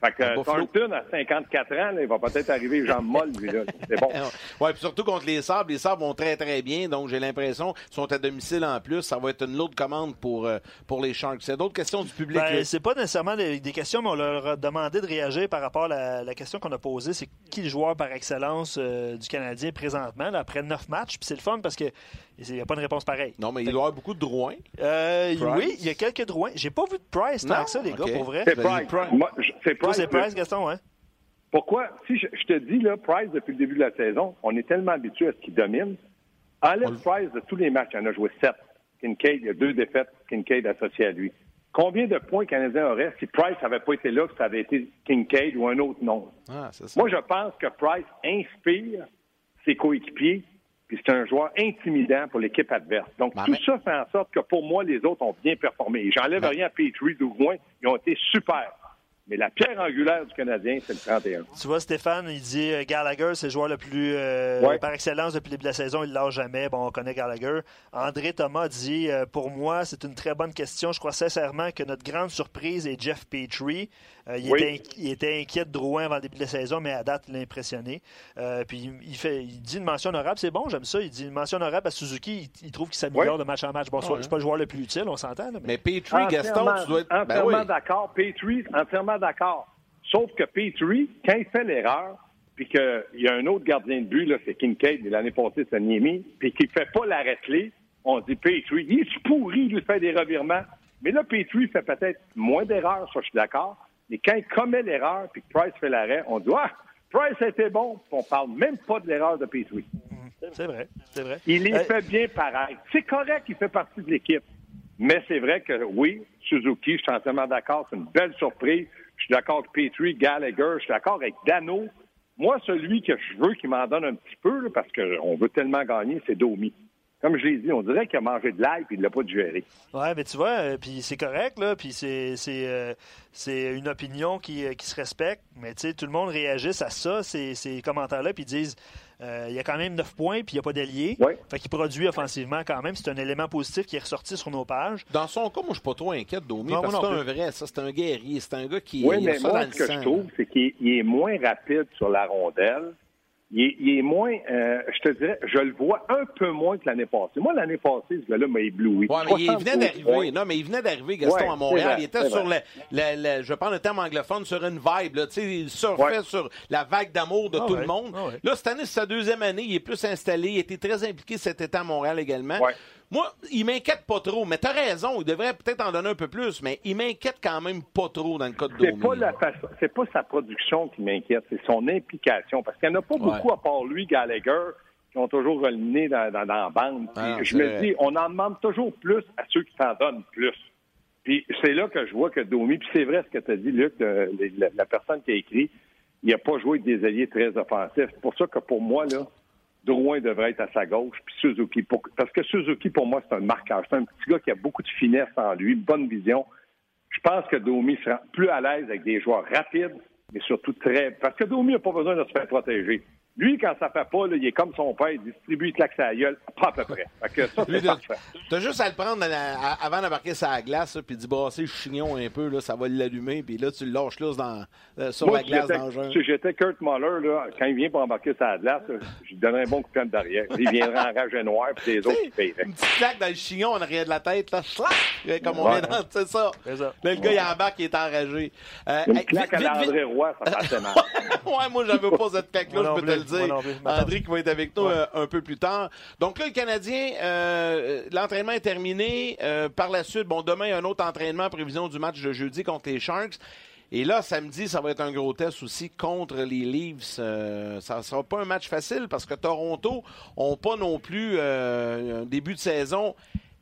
Fait que Thornton, à cinquante-quatre ans, là, il va peut-être arriver jambes molles, lui, là. C'est bon. Oui, puis surtout contre les Sabres. Les Sabres vont très, très bien. Donc, j'ai l'impression qu'ils sont à domicile en plus. Ça va être une lourde commande pour, euh, pour les Sharks. C'est d'autres questions du public? Ben, c'est pas nécessairement des, des questions, mais on leur a demandé de réagir par rapport à la, la question qu'on a posée. C'est qui le joueur par excellence euh, du Canadien présentement, là, après neuf matchs? Puis c'est le fun parce qu'il n'y a pas de réponse pareille. Non, mais il doit y avoir beaucoup de Drouin. Euh, oui, il y a quelques Drouins. J'ai pas vu de Price tant que ça, les okay. gars, pour vrai. C'est Price. Price. Moi, je, c'est Price. Toi, c'est Price, Gaston, hein? Pourquoi? Si je, je te dis, là, Price, depuis le début de la saison, on est tellement habitué à ce qu'il domine. Enlève Price de tous les matchs. Il en a joué sept. Kincaid, il y a deux défaites. Kincaid associé à lui. Combien de points Canadiens aurait si Price n'avait pas été là, que ça avait été Kincaid ou un autre nom? Ah, c'est ça. Moi, je pense que Price inspire ses coéquipiers, puis c'est un joueur intimidant pour l'équipe adverse. Donc, bah, tout mais... ça fait en sorte que, pour moi, les autres ont bien performé. Et j'enlève bah. rien à Petrie, Drouin. Ils ont été super. Mais la pierre angulaire du Canadien, c'est le trente et un. Tu vois, Stéphane, il dit euh, Gallagher, c'est le joueur le plus euh, ouais. par excellence depuis le début de la saison. Il ne lâche jamais. Bon, on connaît Gallagher. André Thomas dit euh, pour moi, c'est une très bonne question. Je crois sincèrement que notre grande surprise est Jeff Petrie. Euh, il, oui. était inqui- il était inquiet de Drouin avant le début de la saison, mais à date, il l'a impressionné. Euh, puis il, fait, il dit une mention honorable. C'est bon, j'aime ça. Il dit une mention honorable à Suzuki. Il, il trouve qu'il s'améliore oui. de match en match. Bon, oh, c'est ouais. pas le joueur le plus utile, on s'entend. Là, mais... mais Petrie, Gaston, tu dois être... Entièrement ben oui. d'accord. Petrie, entièrement d'accord. Sauf que Petrie, quand il fait l'erreur, puis qu'il y a un autre gardien de but, là, c'est Kincaid, l'année passée, c'est Niemi, puis qu'il ne fait pas l'arrêt clé, on dit Petrie, il est pourri, lui, fait des revirements. Mais là, Petrie fait peut-être moins d'erreurs, ça, je suis d'accord. Mais quand il commet l'erreur, puis que Price fait l'arrêt, on dit « Ah, Price a été bon », puis on parle même pas de l'erreur de Petrie. C'est vrai, c'est vrai. Il les euh... fait bien pareil. C'est correct qu'il fait partie de l'équipe. Mais c'est vrai que, oui, Suzuki, je suis entièrement d'accord, c'est une belle surprise. Je suis d'accord avec Petrie, Gallagher, je suis d'accord avec Dano. Moi, celui que je veux qu'il m'en donne un petit peu, là, parce qu'on veut tellement gagner, c'est Domi. Comme je l'ai dit, on dirait qu'il a mangé de l'ail et il ne l'a pas digéré. Oui, mais tu vois, euh, puis c'est correct, là, puis c'est, c'est, euh, c'est une opinion qui, qui se respecte, mais tu sais, tout le monde réagisse à ça, ces, ces commentaires-là, puis ils disent euh, il y a quand même neuf points, puis il n'y a pas d'allié. Ouais. Fait qu'il produit offensivement quand même. C'est un élément positif qui est ressorti sur nos pages. Dans son cas, moi, je ne suis pas trop inquiet de Domi, non, parce que c'est un vrai, ça, c'est un guerrier, c'est un gars qui oui, il mais a ça moi, dans ce le que sang. je trouve, c'est qu'il il est moins rapide sur la rondelle. Il est, il est moins, euh, je te dirais, je le vois un peu moins que l'année passée. Moi, l'année passée, ce gars-là m'a ébloui. Ouais, mais il venait d'arriver. Points. Non, mais il venait d'arriver, Gaston, ouais, à Montréal. vrai, il était sur le, le, le, je vais prendre le terme anglophone, sur une vibe. Là. Il surfait ouais. sur la vague d'amour de ah tout ouais. le monde. Ah ouais. Là, cette année, c'est sa deuxième année. Il est plus installé. Il a été très impliqué cet été à Montréal également. Ouais. Moi, il m'inquiète pas trop, mais t'as raison, il devrait peut-être en donner un peu plus, mais il m'inquiète quand même pas trop dans le cas de Domi. C'est pas la façon, c'est pas sa production qui m'inquiète, c'est son implication, parce qu'il n'y en a pas ouais. beaucoup à part lui, Gallagher, qui ont toujours reliné dans, dans, dans la bande. Ah, je me dis, on en demande toujours plus à ceux qui t'en donnent plus. Puis c'est là que je vois que Domi, puis c'est vrai ce que tu as dit, Luc, de, de, la, la personne qui a écrit, il n'a pas joué avec des alliés très offensifs. C'est pour ça que pour moi, là, Drouin devrait être à sa gauche, puis Suzuki. Pour... Parce que Suzuki, pour moi, c'est un marqueur. C'est un petit gars qui a beaucoup de finesse en lui, une bonne vision. Je pense que Domi sera plus à l'aise avec des joueurs rapides, mais surtout très... Parce que Domi n'a pas besoin de se faire protéger. Lui, quand ça fait pas, là, il est comme son père, il distribue, il claque sa gueule, pas à peu près. Fait que ça, c'est Lui, parfait. T'as juste à le prendre la, à, avant d'embarquer sa glace, puis d'y brasser le chignon un peu, là, ça va l'allumer, puis là, tu le lâches là dans, euh, sur Moi, la glace si dans le jeu. Si j'étais Kurt Muller, là, quand il vient pour embarquer sa glace, là, je lui donnerais un bon coup de pied derrière. Il viendrait en rage noire, puis les autres, ils paieraient. Une petite claque dans le chignon en arrière de la tête, là, slack, comme on ouais. vient d'entendre, c'est ça. C'est ça. Là, le gars, ouais. il embarque, il est enragé. Euh, Une hey, claque vite, à l'André Roy, ça fait mal. Ouais, moi, j'avais pas cette claque-là, je peux te le dire. André qui va être avec nous ouais. euh, un peu plus tard. Donc là, le Canadien, euh, l'entraînement est terminé. Euh, par la suite, bon, demain, il y a un autre entraînement en prévision du match de jeudi contre les Sharks. Et là, samedi, ça va être un gros test aussi contre les Leafs. Euh, ça ne sera pas un match facile parce que Toronto n'ont pas non plus euh, un début de saison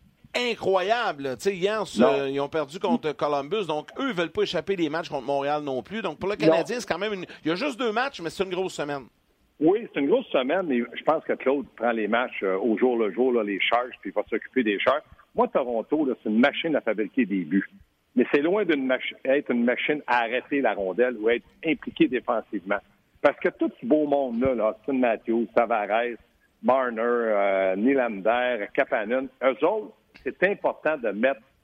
incroyable. Tu sais, hier, euh, ils ont perdu contre Columbus, donc eux ne veulent pas échapper les matchs contre Montréal non plus. Donc pour le Canadien, non. c'est quand même une... Il y a juste deux matchs, mais c'est une grosse semaine. Oui, c'est une grosse semaine, mais je pense que Claude prend les matchs euh, au jour le jour, là, les charges, puis il va s'occuper des charges. Moi, Toronto, là, c'est une machine à fabriquer des buts. Mais c'est loin d'être mach- une machine à arrêter la rondelle ou à être impliqué défensivement. Parce que tout ce beau monde-là, là, Austin Matthews, Tavares, Marner, euh, Nylander, Kapanen, eux autres, c'est important de mettre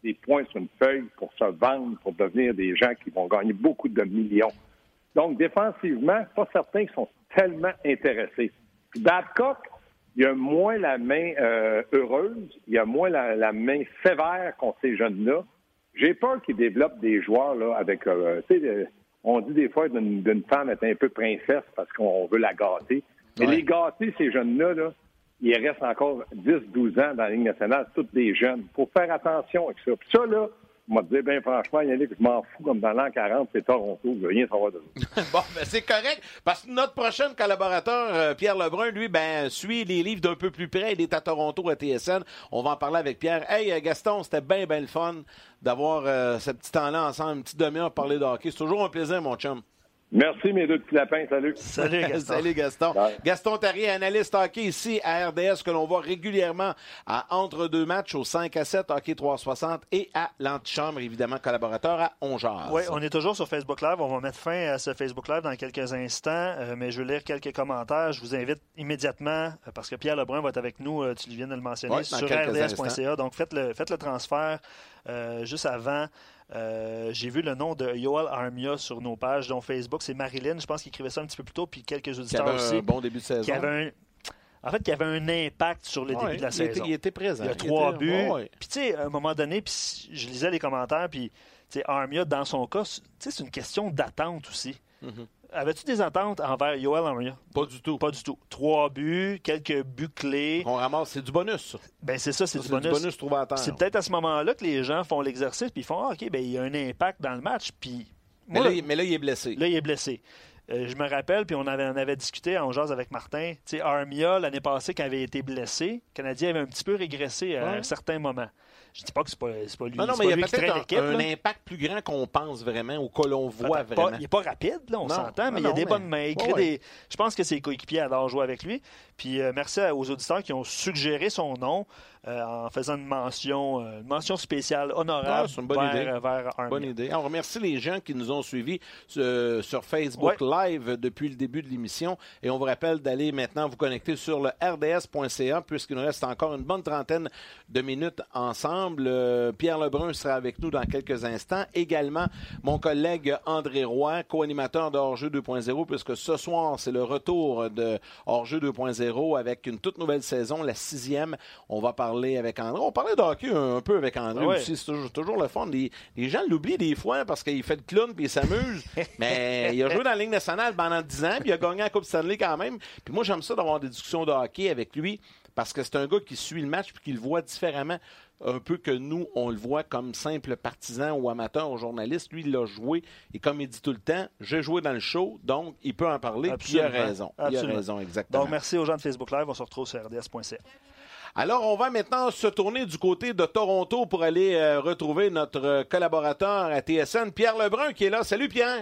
des points sur une feuille pour se vendre, pour devenir des gens qui vont gagner beaucoup de millions. Donc, défensivement, pas certains qui sont tellement intéressés. Puis Babcock, il a moins la main euh, heureuse, il a moins la, la main sévère contre ces jeunes-là. J'ai peur qu'ils développent des joueurs là avec, euh, tu sais, on dit des fois d'une, d'une femme est un peu princesse parce qu'on veut la gâter. Mais ouais. les gâter, ces jeunes-là, là, il reste encore dix douze ans dans la Ligue nationale, tous des jeunes. Il faut faire attention avec ça. Puis ça, là, on m'a dit, bien franchement, Yannick, je m'en fous, comme dans l'an quarante, c'est Toronto, je veux rien savoir de ça. Bon, ben c'est correct, parce que notre prochain collaborateur, euh, Pierre Lebrun, lui, ben suit les livres d'un peu plus près. Il est à Toronto, à T S N. On va en parler avec Pierre. Hey, Gaston, c'était bien, bien le fun d'avoir euh, ce petit temps-là ensemble, une petite demi-heure pour parler de hockey. C'est toujours un plaisir, mon chum. Merci, mes deux petits lapins. Salut. Salut, Gaston. Salut, Gaston. Bye. Gaston Therrien, analyste hockey ici à R D S, que l'on voit régulièrement à Entre deux matchs au cinq à sept, Hockey trois cent soixante, et à l'Antichambre, évidemment, collaborateur à On Jase. Oui, on est toujours sur Facebook Live. On va mettre fin à ce Facebook Live dans quelques instants, euh, mais je vais lire quelques commentaires. Je vous invite immédiatement, euh, parce que Pierre Lebrun va être avec nous, euh, tu viens de le mentionner, ouais, sur R D S point C A. Donc, faites le, faites le transfert euh, juste avant. Euh, j'ai vu le nom de Yoel Armia sur nos pages, dont Facebook, c'est Marilyn, je pense qu'il écrivait ça un petit peu plus tôt, puis quelques auditeurs qui avait aussi. Un bon début de saison. Qui avait un, en fait, qui avait un impact sur le ouais, début de la il saison. Était, il était présent. Il y a trois était, buts. Ouais. Puis, tu sais, à un moment donné, puis je lisais les commentaires, puis, tu sais, Armia, dans son cas, c'est une question d'attente aussi. Mm-hmm. Avais-tu des attentes envers Yoel Armia? Pas du tout. Pas du tout. Trois buts, quelques buts clés. On ramasse, c'est du bonus, ça. Ben c'est ça, c'est, ça, du, c'est bonus. du bonus trouvé à terre. C'est peut-être à ce moment-là que les gens font l'exercice puis ils font ah, OK, ben il y a un impact dans le match. Puis mais, là, mais là, il est blessé. Là, il est blessé. Euh, je me rappelle, puis on avait, on avait discuté en jase avec Martin. Tu sais, Armia, l'année passée, quand il avait été blessé, le Canadien avait un petit peu régressé à ouais. un certain moment. Je dis pas que c'est pas, c'est pas lui, non, non, c'est mais pas il y lui a qui traîne peut-être l'équipe. un, un impact plus grand qu'on pense vraiment ou que l'on voit Peut-être vraiment. Pas, il n'est pas rapide, là, on non, s'entend, mais non, il y a des mais... bonnes mains. Il crée ouais. des... Je pense que ses coéquipiers adorent jouer avec lui. Puis euh, merci aux auditeurs qui ont suggéré son nom euh, en faisant une mention, euh, une mention spéciale honorable ah, c'est une bonne vers, idée. vers Armia. Bonne idée. On remercie les gens qui nous ont suivis euh, sur Facebook ouais. Live depuis le début de l'émission. Et on vous rappelle d'aller maintenant vous connecter sur le R D S point C A puisqu'il nous reste encore une bonne trentaine de minutes ensemble. Euh, Pierre Lebrun sera avec nous dans quelques instants. Également, mon collègue André Roy, co-animateur de Hors-jeu deux point zéro, puisque ce soir, c'est le retour de Hors-jeu deux point zéro avec une toute nouvelle saison, la sixième. On va parler avec André. On parlait de hockey un, un peu avec André ouais. aussi. C'est toujours, toujours le fun. Les, les gens l'oublient des fois parce qu'il fait le clown puis il s'amuse. Mais il a joué dans la Ligue nationale pendant dix ans puis il a gagné la Coupe Stanley quand même. Puis moi, j'aime ça d'avoir des discussions de hockey avec lui parce que c'est un gars qui suit le match puis qui le voit différemment un peu que nous, on le voit comme simple partisan ou amateur ou journaliste. Lui, il l'a joué. Et comme il dit tout le temps, j'ai joué dans le show, donc il peut en parler. Puis il a raison. Absolument. Il a raison, exactement. Donc, merci aux gens de Facebook Live. On se retrouve sur R D S point C A. Alors, on va maintenant se tourner du côté de Toronto pour aller euh, retrouver notre collaborateur à T S N, Pierre Lebrun, qui est là. Salut, Pierre.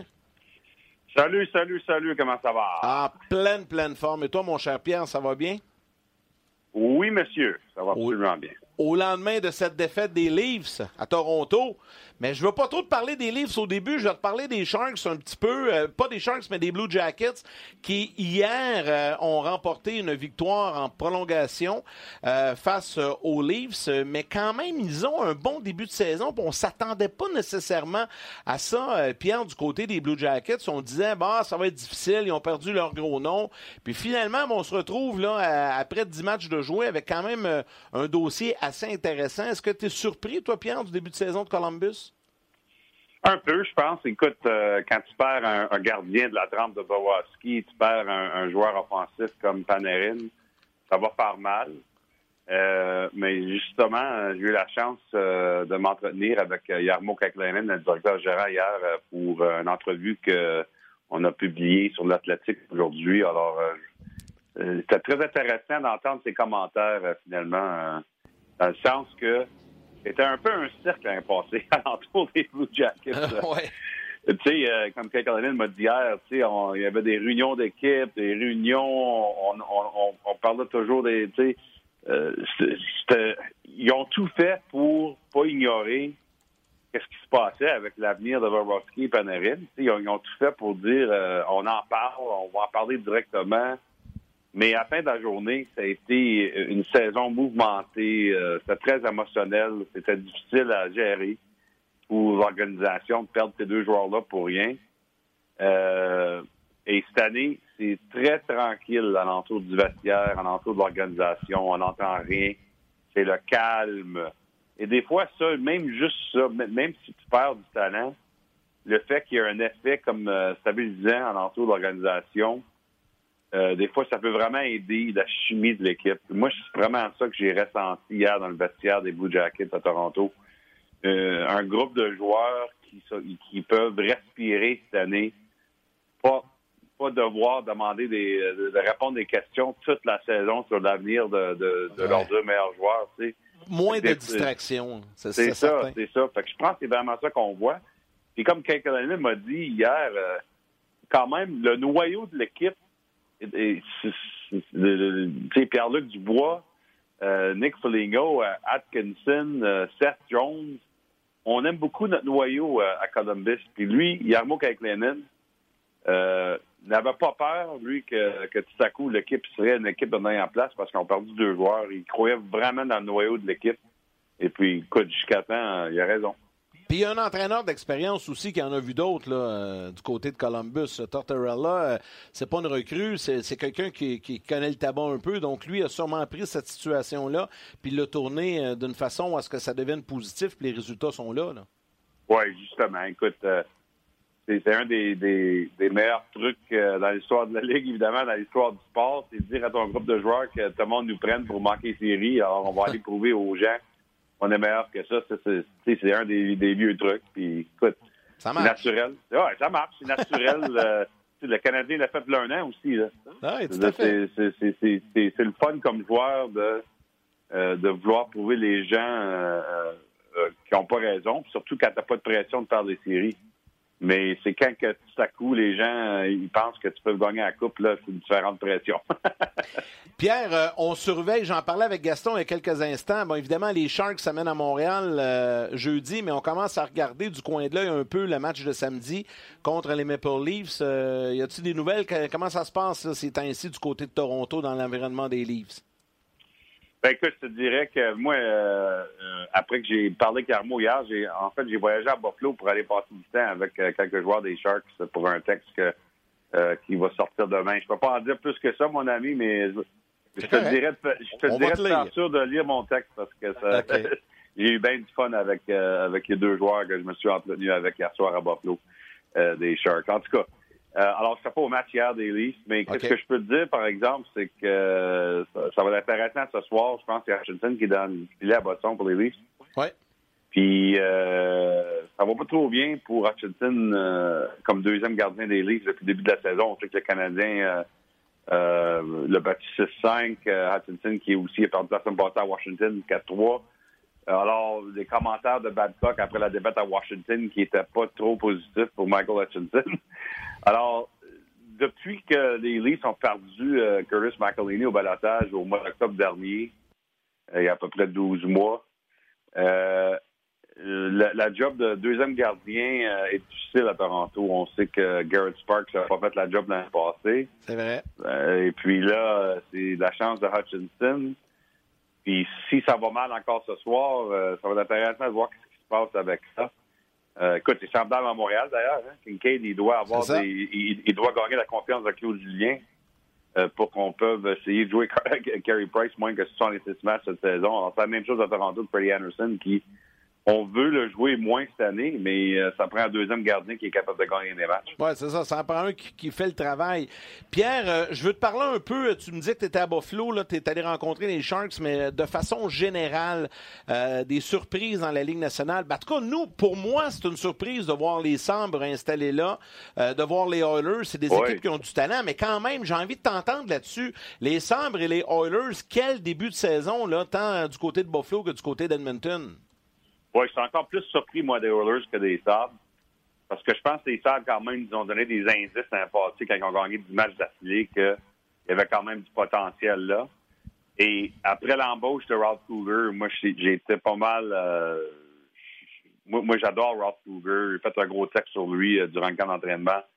Salut, salut, salut. Comment ça va? Ah, pleine, pleine forme. Et toi, mon cher Pierre, ça va bien? Oui, monsieur. Ça va absolument oui. bien. Au lendemain de cette défaite des Leafs à Toronto. Mais je ne veux pas trop te parler des Leafs au début. Je vais te parler des Sharks un petit peu. Euh, pas des Sharks, mais des Blue Jackets qui, hier, euh, ont remporté une victoire en prolongation euh, face euh, aux Leafs. Mais quand même, ils ont un bon début de saison. On ne s'attendait pas nécessairement à ça, euh, Pierre, du côté des Blue Jackets. On disait, bah, ça va être difficile. Ils ont perdu leur gros nom. Puis finalement, on se retrouve là à, après dix matchs de jouer avec quand même euh, un dossier assez intéressant. Est-ce que tu es surpris, toi, Pierre, du début de saison de Columbus? Un peu, je pense. Écoute, euh, quand tu perds un, un gardien de la trempe de Bobrovsky, tu perds un, un joueur offensif comme Panarin, ça va faire mal. Euh, mais justement, j'ai eu la chance euh, de m'entretenir avec euh, Jarmo Kekalainen, le directeur gérant, hier, euh, pour euh, une entrevue qu'on a publiée sur l'Athletic aujourd'hui. Alors, euh, euh, c'était très intéressant d'entendre ses commentaires, euh, finalement, euh, dans le sens que c'était un peu un cercle l'année passée alentour des Blue Jackets. ouais. Tu sais, euh, comme Kekalainen m'a dit hier, tu sais, il y avait des réunions d'équipe, des réunions, on, on, on, on parlait toujours des, tu sais, euh, c'était, ils ont tout fait pour pas ignorer qu'est-ce qui se passait avec l'avenir de Bobrovsky et Panarin. Tu sais, ils, ont, ils ont tout fait pour dire, euh, on en parle, on va en parler directement. Mais à la fin de la journée, ça a été une saison mouvementée. Euh, c'était très émotionnel. C'était difficile à gérer pour l'organisation de perdre ces deux joueurs-là pour rien. Euh, et cette année, c'est très tranquille alentour du vestiaire, alentour de l'organisation. On n'entend rien. C'est le calme. Et des fois, ça, même juste ça, même si tu perds du talent, le fait qu'il y ait un effet comme euh, stabilisant alentour de l'organisation, euh, des fois, ça peut vraiment aider la chimie de l'équipe. Moi, c'est vraiment ça que j'ai ressenti hier dans le vestiaire des Blue Jackets à Toronto. Euh, un groupe de joueurs qui, qui peuvent respirer cette année, pas, pas devoir demander des, de, de répondre des questions toute la saison sur l'avenir de, de, de ouais. leurs deux meilleurs joueurs. Tu sais. Moins de distractions. C'est, c'est, c'est ça, certain. c'est ça. Fait que je pense que c'est vraiment ça qu'on voit. Puis comme quelqu'un m'a dit hier, euh, quand même, le noyau de l'équipe, et, c'est, c'est, c'est, Pierre-Luc Dubois, euh, Nick Foligno, euh, Atkinson, euh, Seth Jones, on aime beaucoup notre noyau euh, à Columbus. Puis lui, Jarmo Kekalainen, euh, n'avait pas peur, lui, que, que tout à coup, l'équipe serait une équipe de en place parce qu'on a perdu deux joueurs. Il croyait vraiment dans le noyau de l'équipe. Et puis, écoute, jusqu'à temps, il a raison. Puis il y a un entraîneur d'expérience aussi qui en a vu d'autres là, euh, du côté de Columbus. Tortorella, euh, c'est pas une recrue, c'est, c'est quelqu'un qui, qui connaît le tabac un peu. Donc lui a sûrement pris cette situation-là puis l'a tourné euh, d'une façon à ce que ça devienne positif puis les résultats sont là. là. Oui, justement. Écoute, euh, c'est, c'est un des, des, des meilleurs trucs euh, dans l'histoire de la Ligue, évidemment, dans l'histoire du sport. C'est de dire à ton groupe de joueurs que tout le monde nous prenne pour manquer les séries. Alors on va aller prouver aux gens on est meilleur que ça. C'est, c'est, c'est, c'est un des, des vieux trucs. Puis, écoute, ça marche. C'est naturel. Ouais, ça marche. C'est naturel. euh, le Canadien l'a fait pour un an aussi. Là. Ouais, tout à fait. C'est, c'est, c'est, c'est, c'est, c'est le fun comme joueur de, euh, de vouloir prouver les gens euh, euh, qui n'ont pas raison. Surtout quand tu n'as pas de pression de faire des séries. Mais c'est quand que tout à coup, les gens euh, ils pensent que tu peux gagner la coupe, là, c'est une différente pression. Pierre, euh, on surveille, j'en parlais avec Gaston il y a quelques instants. Bon, évidemment, les Sharks s'amènent à Montréal euh, jeudi, mais on commence à regarder du coin de l'œil un peu le match de samedi contre les Maple Leafs. Euh, y a-t-il des nouvelles? Comment ça se passe là, ces temps-ci du côté de Toronto dans l'environnement des Leafs? Ben écoute, je te dirais que moi, euh, euh, après que j'ai parlé avec Jarmo hier, j'ai en fait j'ai voyagé à Buffalo pour aller passer du temps avec euh, quelques joueurs des Sharks pour un texte que, euh, qui va sortir demain. Je peux pas en dire plus que ça, mon ami, mais je, je te dirais, de, je te dirais de faire sûr de lire mon texte parce que ça, okay. J'ai eu bien du fun avec euh, avec les deux joueurs que je me suis entretenu avec hier soir à Buffalo euh, des Sharks. En tout cas. Euh, alors, je ne sais pas au match hier des Leafs, mais okay. Qu'est-ce que je peux te dire, par exemple, c'est que euh, ça, ça va être intéressant ce soir. Je pense que c'est Hutchinson qui est dans le filet à Boston pour les Leafs. Oui. Puis, euh, ça va pas trop bien pour Hutchinson euh, comme deuxième gardien des Leafs depuis le début de la saison. On sait que le Canadien euh, euh, l'a battu six cinq. Euh, Hutchinson, qui est aussi a perdu la semaine passée à Washington quatre trois. Alors, les commentaires de Babcock après la défaite à Washington qui n'étaient pas trop positifs pour Michael Hutchinson. Alors, depuis que les Leafs ont perdu euh, Curtis McElhinney au balotage au mois d'octobre dernier, euh, il y a à peu près douze mois, euh, la, la job de deuxième gardien euh, est difficile à Toronto. On sait que Garrett Sparks n'a pas fait la job l'année passée. C'est vrai. Euh, et puis là, c'est la chance de Hutchinson. Puis si ça va mal encore ce soir, euh, ça va être intéressant de voir ce qui se passe avec ça. Euh, écoute, c'est semblable à Montréal d'ailleurs. Hein? Kincaid, il doit avoir des, il, il doit gagner la confiance de Claude Julien euh, pour qu'on puisse essayer de jouer Carey Price moins que soixante-six matchs cette saison. Alors, c'est la même chose à Toronto de Freddie Anderson qui, on veut le jouer moins cette année, mais euh, ça prend un deuxième gardien qui est capable de gagner des matchs. Oui, c'est ça. Ça en prend un qui, qui fait le travail. Pierre, euh, je veux te parler un peu. Tu me dis que tu étais à Buffalo, tu es allé rencontrer les Sharks, mais de façon générale, euh, des surprises dans la Ligue nationale. Ben, en tout cas, nous, pour moi, c'est une surprise de voir les Sabres installés là, euh, de voir les Oilers. C'est des oui. équipes qui ont du talent, mais quand même, j'ai envie de t'entendre là-dessus. Les Sabres et les Oilers, quel début de saison, là, tant du côté de Buffalo que du côté d'Edmonton? Oui, je suis encore plus surpris, moi, des Oilers que des Sabres. Parce que je pense que les Sabres, quand même, nous ont donné des indices dans le passé quand ils ont gagné dix matchs d'affilée qu'il y avait quand même du potentiel là. Et après l'embauche de Ralph Krueger, moi, j'ai été pas mal... Euh, moi, moi, j'adore Ralph Krueger. J'ai fait un gros texte sur lui euh, durant le camp d'entraînement.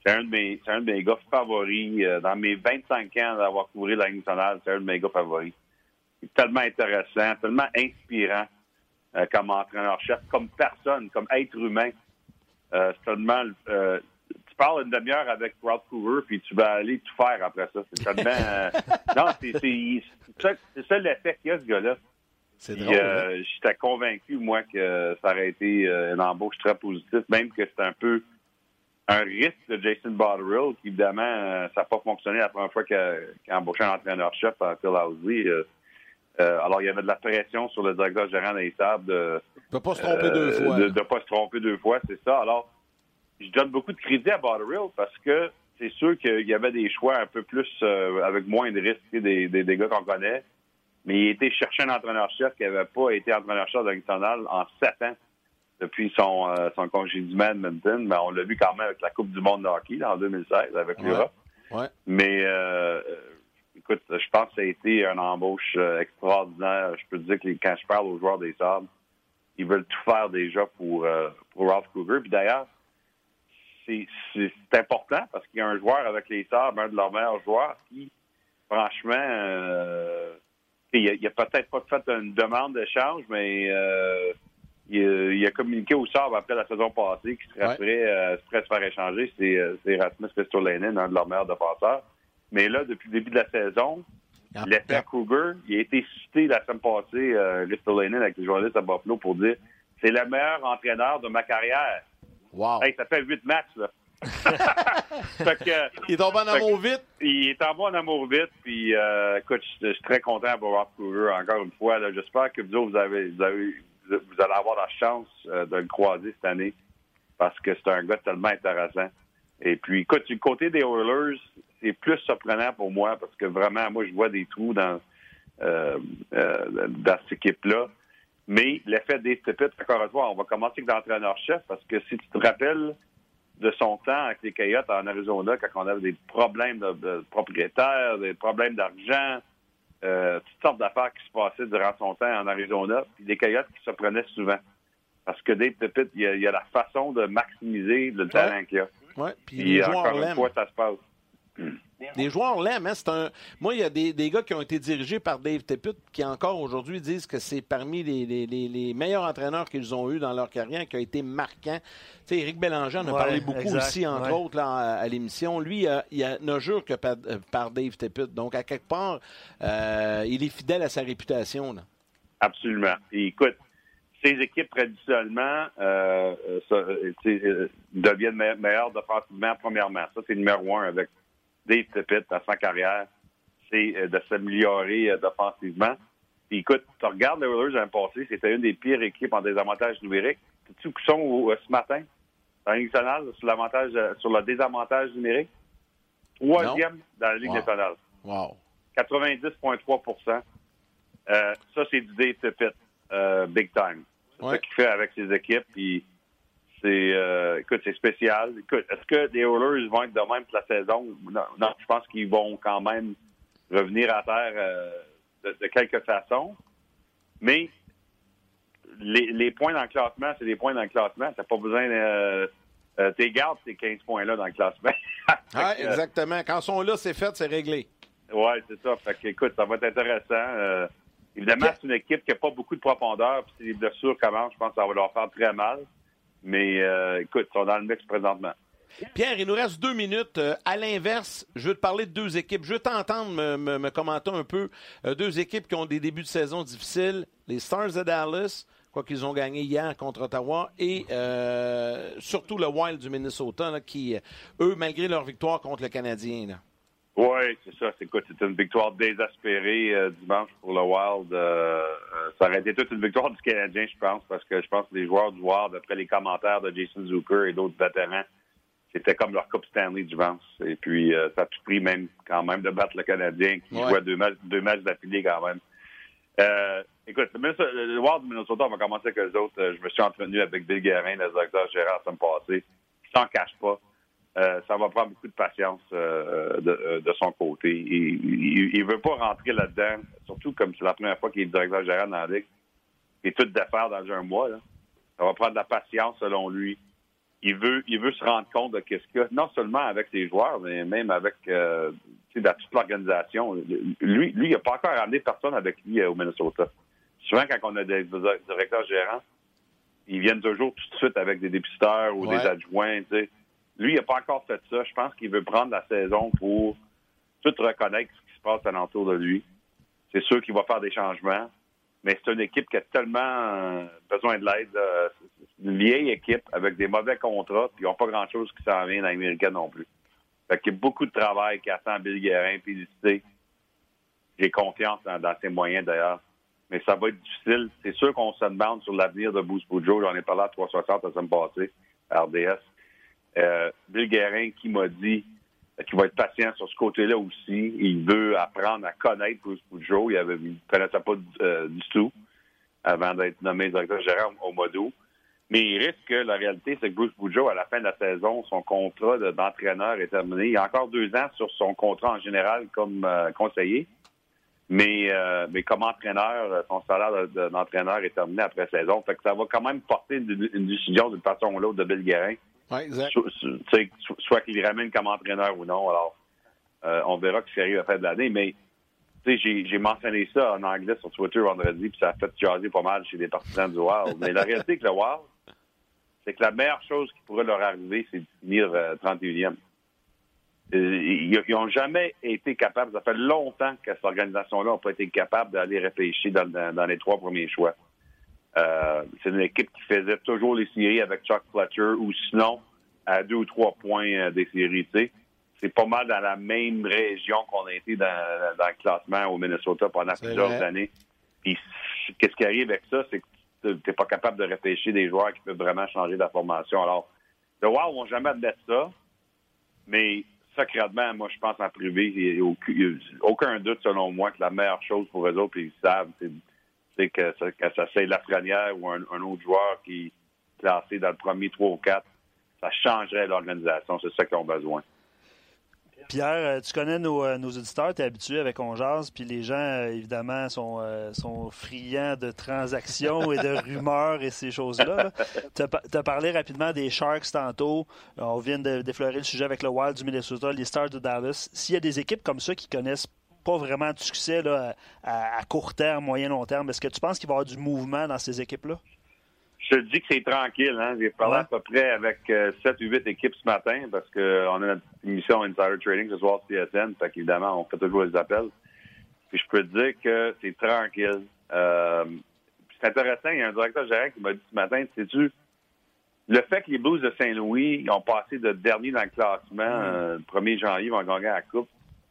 c'est un de mes, c'est un de mes gars favoris. Euh, dans mes vingt-cinq ans d'avoir couru la Ligue nationale, c'est un de mes gars favoris. Il est tellement intéressant, tellement inspirant euh, comme entraîneur-chef, comme personne, comme être humain. Euh, c'est tellement... Euh, tu parles une demi-heure avec Ralph Cougar, puis tu vas aller tout faire après ça. C'est tellement... Euh, non, c'est, c'est, c'est, ça, c'est ça l'effet qu'il y a, ce gars-là. C'est Puis, drôle. euh, hein? J'étais convaincu, moi, que ça aurait été euh, une embauche très positive, même que c'était un peu un risque de Jason Botterill, qui, évidemment, euh, ça n'a pas fonctionné la première fois qu'il a, qu'il a embauché un entraîneur-chef à Phil Housley. Euh, euh, alors, il y avait de la pression sur le directeur gérant des Sables de ne peut pas se tromper euh, deux fois. De ne pas se tromper deux fois, c'est ça. Alors, je donne beaucoup de crédit à Botterill parce que c'est sûr qu'il y avait des choix un peu plus euh, avec moins de risques des, des, des gars qu'on connaît. Mais il a été chercher un entraîneur-chef qui n'avait pas été entraîneur-chef de la Ligue nationale en sept ans depuis son, euh, son congédiement à Edmonton. Mais on l'a vu quand même avec la Coupe du monde de hockey là, en deux mille seize avec ouais. l'Europe. Ouais. Mais euh, écoute, je pense que ça a été une embauche euh, extraordinaire. Je peux te dire que quand je parle aux joueurs des Sabres, ils veulent tout faire déjà pour, euh, pour Ralph Cougar. Puis d'ailleurs, c'est, c'est, c'est important parce qu'il y a un joueur avec les Sabres, un de leurs meilleurs joueurs, qui, franchement... Euh, Il a, il a peut-être pas fait une demande d'échange, mais euh, il, a, il a communiqué au Sabres après la saison passée qu'il serait ouais. prêt, euh, prêt à se faire échanger. C'est, c'est Rasmus Ristolainen, un de leurs meilleurs défenseurs. Mais là, depuis le début de la saison, yep. l'effet yep. Cougar, il a été cité la semaine passée, euh, Ristolainen, avec les journalistes à Buffalo, pour dire « C'est le meilleur entraîneur de ma carrière. » Wow. Hey, ça fait huit matchs, là. Fait que, il est tombé en amour vite. Il est tombé en amour vite. Puis, euh, écoute, je, je suis très content pour Ralph Cougar encore une fois. Là, j'espère que vous, vous, avez, vous, avez, vous allez avoir la chance euh, de le croiser cette année parce que c'est un gars tellement intéressant. Et puis, écoute, du côté des Oilers, c'est plus surprenant pour moi parce que vraiment, moi, je vois des trous dans, euh, euh, dans cette équipe-là. Mais l'effet des Tippett, encore une fois, on va commencer avec l'entraîneur-chef parce que si tu te rappelles de son temps avec les Coyotes en Arizona, quand on avait des problèmes de, de propriétaires, des problèmes d'argent, euh, toutes sortes d'affaires qui se passaient durant son temps en Arizona, puis les Coyotes qui se prenaient souvent. Parce que Dave Tippett, il y a, il y a la façon de maximiser le talent ouais. qu'il y a. Oui, puis puis les encore joueurs une fois, ça se passe. Les joueurs l'aiment. Hein? C'est un... Moi, il y a des, des gars qui ont été dirigés par Dave Tippett qui encore aujourd'hui disent que c'est parmi les, les, les, les meilleurs entraîneurs qu'ils ont eu dans leur carrière, qui a été marquant. Tu sais, Éric Bélanger en a ouais, parlé beaucoup exact, aussi, entre ouais. autres, là, à, à l'émission. Lui, euh, il a, ne jure que par, euh, par Dave Tippett. Donc, à quelque part, euh, il est fidèle à sa réputation. Là. Absolument. Et écoute, ces équipes, traditionnellement, euh, ça, euh, deviennent me- meilleures défensivement, premièrement. Ça, c'est numéro un avec Dave Tippett à sa carrière, c'est euh, de s'améliorer euh, défensivement. Puis écoute, tu regardes les Oilers l'année passée, c'était une des pires équipes en désavantage numérique. Sais-tu où ils sont euh, ce matin, dans la Ligue nationale, sur, l'avantage, euh, sur le désavantage numérique? Troisième non. dans la Ligue wow. nationale. Wow. quatre-vingt-dix virgule trois pour cent. Euh, ça, c'est du Dave Tippett, euh, big time. C'est ouais. ça qu'il fait avec ses équipes, puis c'est, euh, écoute, c'est spécial. Écoute, est-ce que les Oilers vont être de même toute la saison? Non, non, je pense qu'ils vont quand même revenir à terre euh, de, de quelque façon. Mais les, les points dans le classement, c'est des points dans le classement. T'as pas besoin de... Euh, euh, t'es gardes ces quinze points-là dans le classement. Oui, exactement. Quand ils sont là, c'est fait, c'est réglé. Oui, c'est ça. Fait que, écoute, ça va être intéressant. Euh, évidemment, okay. c'est une équipe qui n'a pas beaucoup de profondeur. Puis si les blessures commencent, je pense que ça va leur faire très mal. Mais euh, écoute, ils sont dans le mix présentement. Pierre, il nous reste deux minutes. Euh, à l'inverse, je veux te parler de deux équipes. Je veux t'entendre me, me, me commenter un peu. Euh, deux équipes qui ont des débuts de saison difficiles. Les Stars de Dallas, quoi qu'ils ont gagné hier contre Ottawa, et euh, surtout le Wild du Minnesota, là, qui, eux, malgré leur victoire contre le Canadien... Là. Oui, c'est ça. C'est, écoute, c'est une victoire désespérée euh, dimanche pour le Wild. Euh, ça aurait été toute une victoire du Canadien, je pense, parce que je pense que les joueurs du Wild, après les commentaires de Jason Zucker et d'autres vétérans, c'était comme leur Coupe Stanley dimanche. Et puis, euh, ça a tout pris même quand même de battre le Canadien qui ouais. jouait deux matchs, deux matchs d'affilée quand même. Euh, écoute, le, le Wild du Minnesota, on va commencer avec eux autres. Je me suis entretenu avec Bill Guérin, le directeur gérant, la semaine passée. Je t'en cache pas. Euh, ça va prendre beaucoup de patience euh, de, de son côté. Il ne veut pas rentrer là-dedans, surtout comme c'est la première fois qu'il est directeur général dans la Ligue. Il est tout d'affaires dans un mois. Là. Ça va prendre de la patience, selon lui. il veut, il veut se rendre compte de qu'est-ce qu'il y a, non seulement avec les joueurs, mais même avec euh, dans toute l'organisation. Lui, lui, il n'a pas encore ramené personne avec lui au Minnesota. Souvent, quand on a des directeurs gérants, ils viennent toujours tout de suite avec des dépisteurs ou ouais. des adjoints. T'sais. Lui, il n'a pas encore fait ça. Je pense qu'il veut prendre la saison pour tout reconnaître ce qui se passe alentour de lui. C'est sûr qu'il va faire des changements, mais c'est une équipe qui a tellement besoin de l'aide. C'est une vieille équipe avec des mauvais contrats, puis ils n'ont pas grand-chose qui s'en vient dans l'américaine non plus. Fait qu'il y a beaucoup de travail qui attend Bill Guérin, puis j'ai confiance dans, dans ses moyens d'ailleurs. Mais ça va être difficile. C'est sûr qu'on se demande sur l'avenir de Bruce Boudreau. J'en ai parlé à trois cent soixante la semaine passée, à R D S. Euh, Bill Guérin qui m'a dit qu'il va être patient sur ce côté-là aussi. Il veut apprendre à connaître Bruce Boudreau. Il ne connaissait pas euh, du tout avant d'être nommé directeur gérant au mois d'août. Mais il risque que la réalité, c'est que Bruce Boudreau, à la fin de la saison, son contrat de, d'entraîneur est terminé. Il a encore deux ans sur son contrat en général comme euh, conseiller. Mais, euh, mais comme entraîneur, son salaire de, de, d'entraîneur est terminé après la saison. Fait que ça va quand même porter une, une décision d'une façon ou l'autre de Bill Guérin. Oui, exact. So, so, so, soit qu'il le ramène comme entraîneur ou non. Alors, euh, on verra ce qui arrive à la fin de l'année. Mais j'ai, j'ai mentionné ça en anglais sur Twitter vendredi, puis ça a fait jaser pas mal chez les partisans du Wild. Mais la réalité avec le Wild, c'est que la meilleure chose qui pourrait leur arriver, c'est de finir euh, trente et unième. Ils n'ont jamais été capables, ça fait longtemps que cette organisation-là n'a pas été capable d'aller repêcher dans, dans, dans les trois premiers choix. Euh, c'est une équipe qui faisait toujours les séries avec Chuck Fletcher ou sinon à deux ou trois points des séries. T'sais. C'est pas mal dans la même région qu'on a été dans, dans le classement au Minnesota pendant c'est plusieurs vrai. années. Puis qu'est-ce qui arrive avec ça, c'est que tu n'es pas capable de repêcher des joueurs qui peuvent vraiment changer la formation. Alors, le Wild ne vont jamais admettre ça, mais sacrément, moi, je pense en privé, il n'y a aucun, aucun doute, selon moi, que la meilleure chose pour eux autres, puis ils savent, c'est, c'est que, ça, que ça c'est Lafrenière ou un, un autre joueur qui est classé dans le premier trois ou quatre, ça changerait l'organisation. C'est ça qu'ils ont besoin. Pierre, tu connais nos, nos auditeurs, tu es habitué avec On Jase, puis les gens, évidemment, sont, euh, sont friands de transactions et de rumeurs et ces choses-là. Tu as parlé rapidement des Sharks tantôt. On vient de déflorer le sujet avec le Wild du Minnesota, les Stars de Dallas. S'il y a des équipes comme ça qui connaissent pas vraiment de succès là, à, à court terme, moyen, long terme, est-ce que tu penses qu'il va y avoir du mouvement dans ces équipes-là? Je te dis que c'est tranquille. Hein? J'ai parlé ouais. à peu près avec euh, sept ou huit équipes ce matin parce qu'on a notre émission Insider Trading ce soir sur C S N. Fait qu'évidemment, on fait toujours les appels. Puis je peux te dire que c'est tranquille. Euh, c'est intéressant. Il y a un directeur gérant qui m'a dit ce matin, sais-tu, le fait que les Blues de Saint-Louis ont passé de dernier dans le classement euh, le premier janvier, ils vont gagner la Coupe.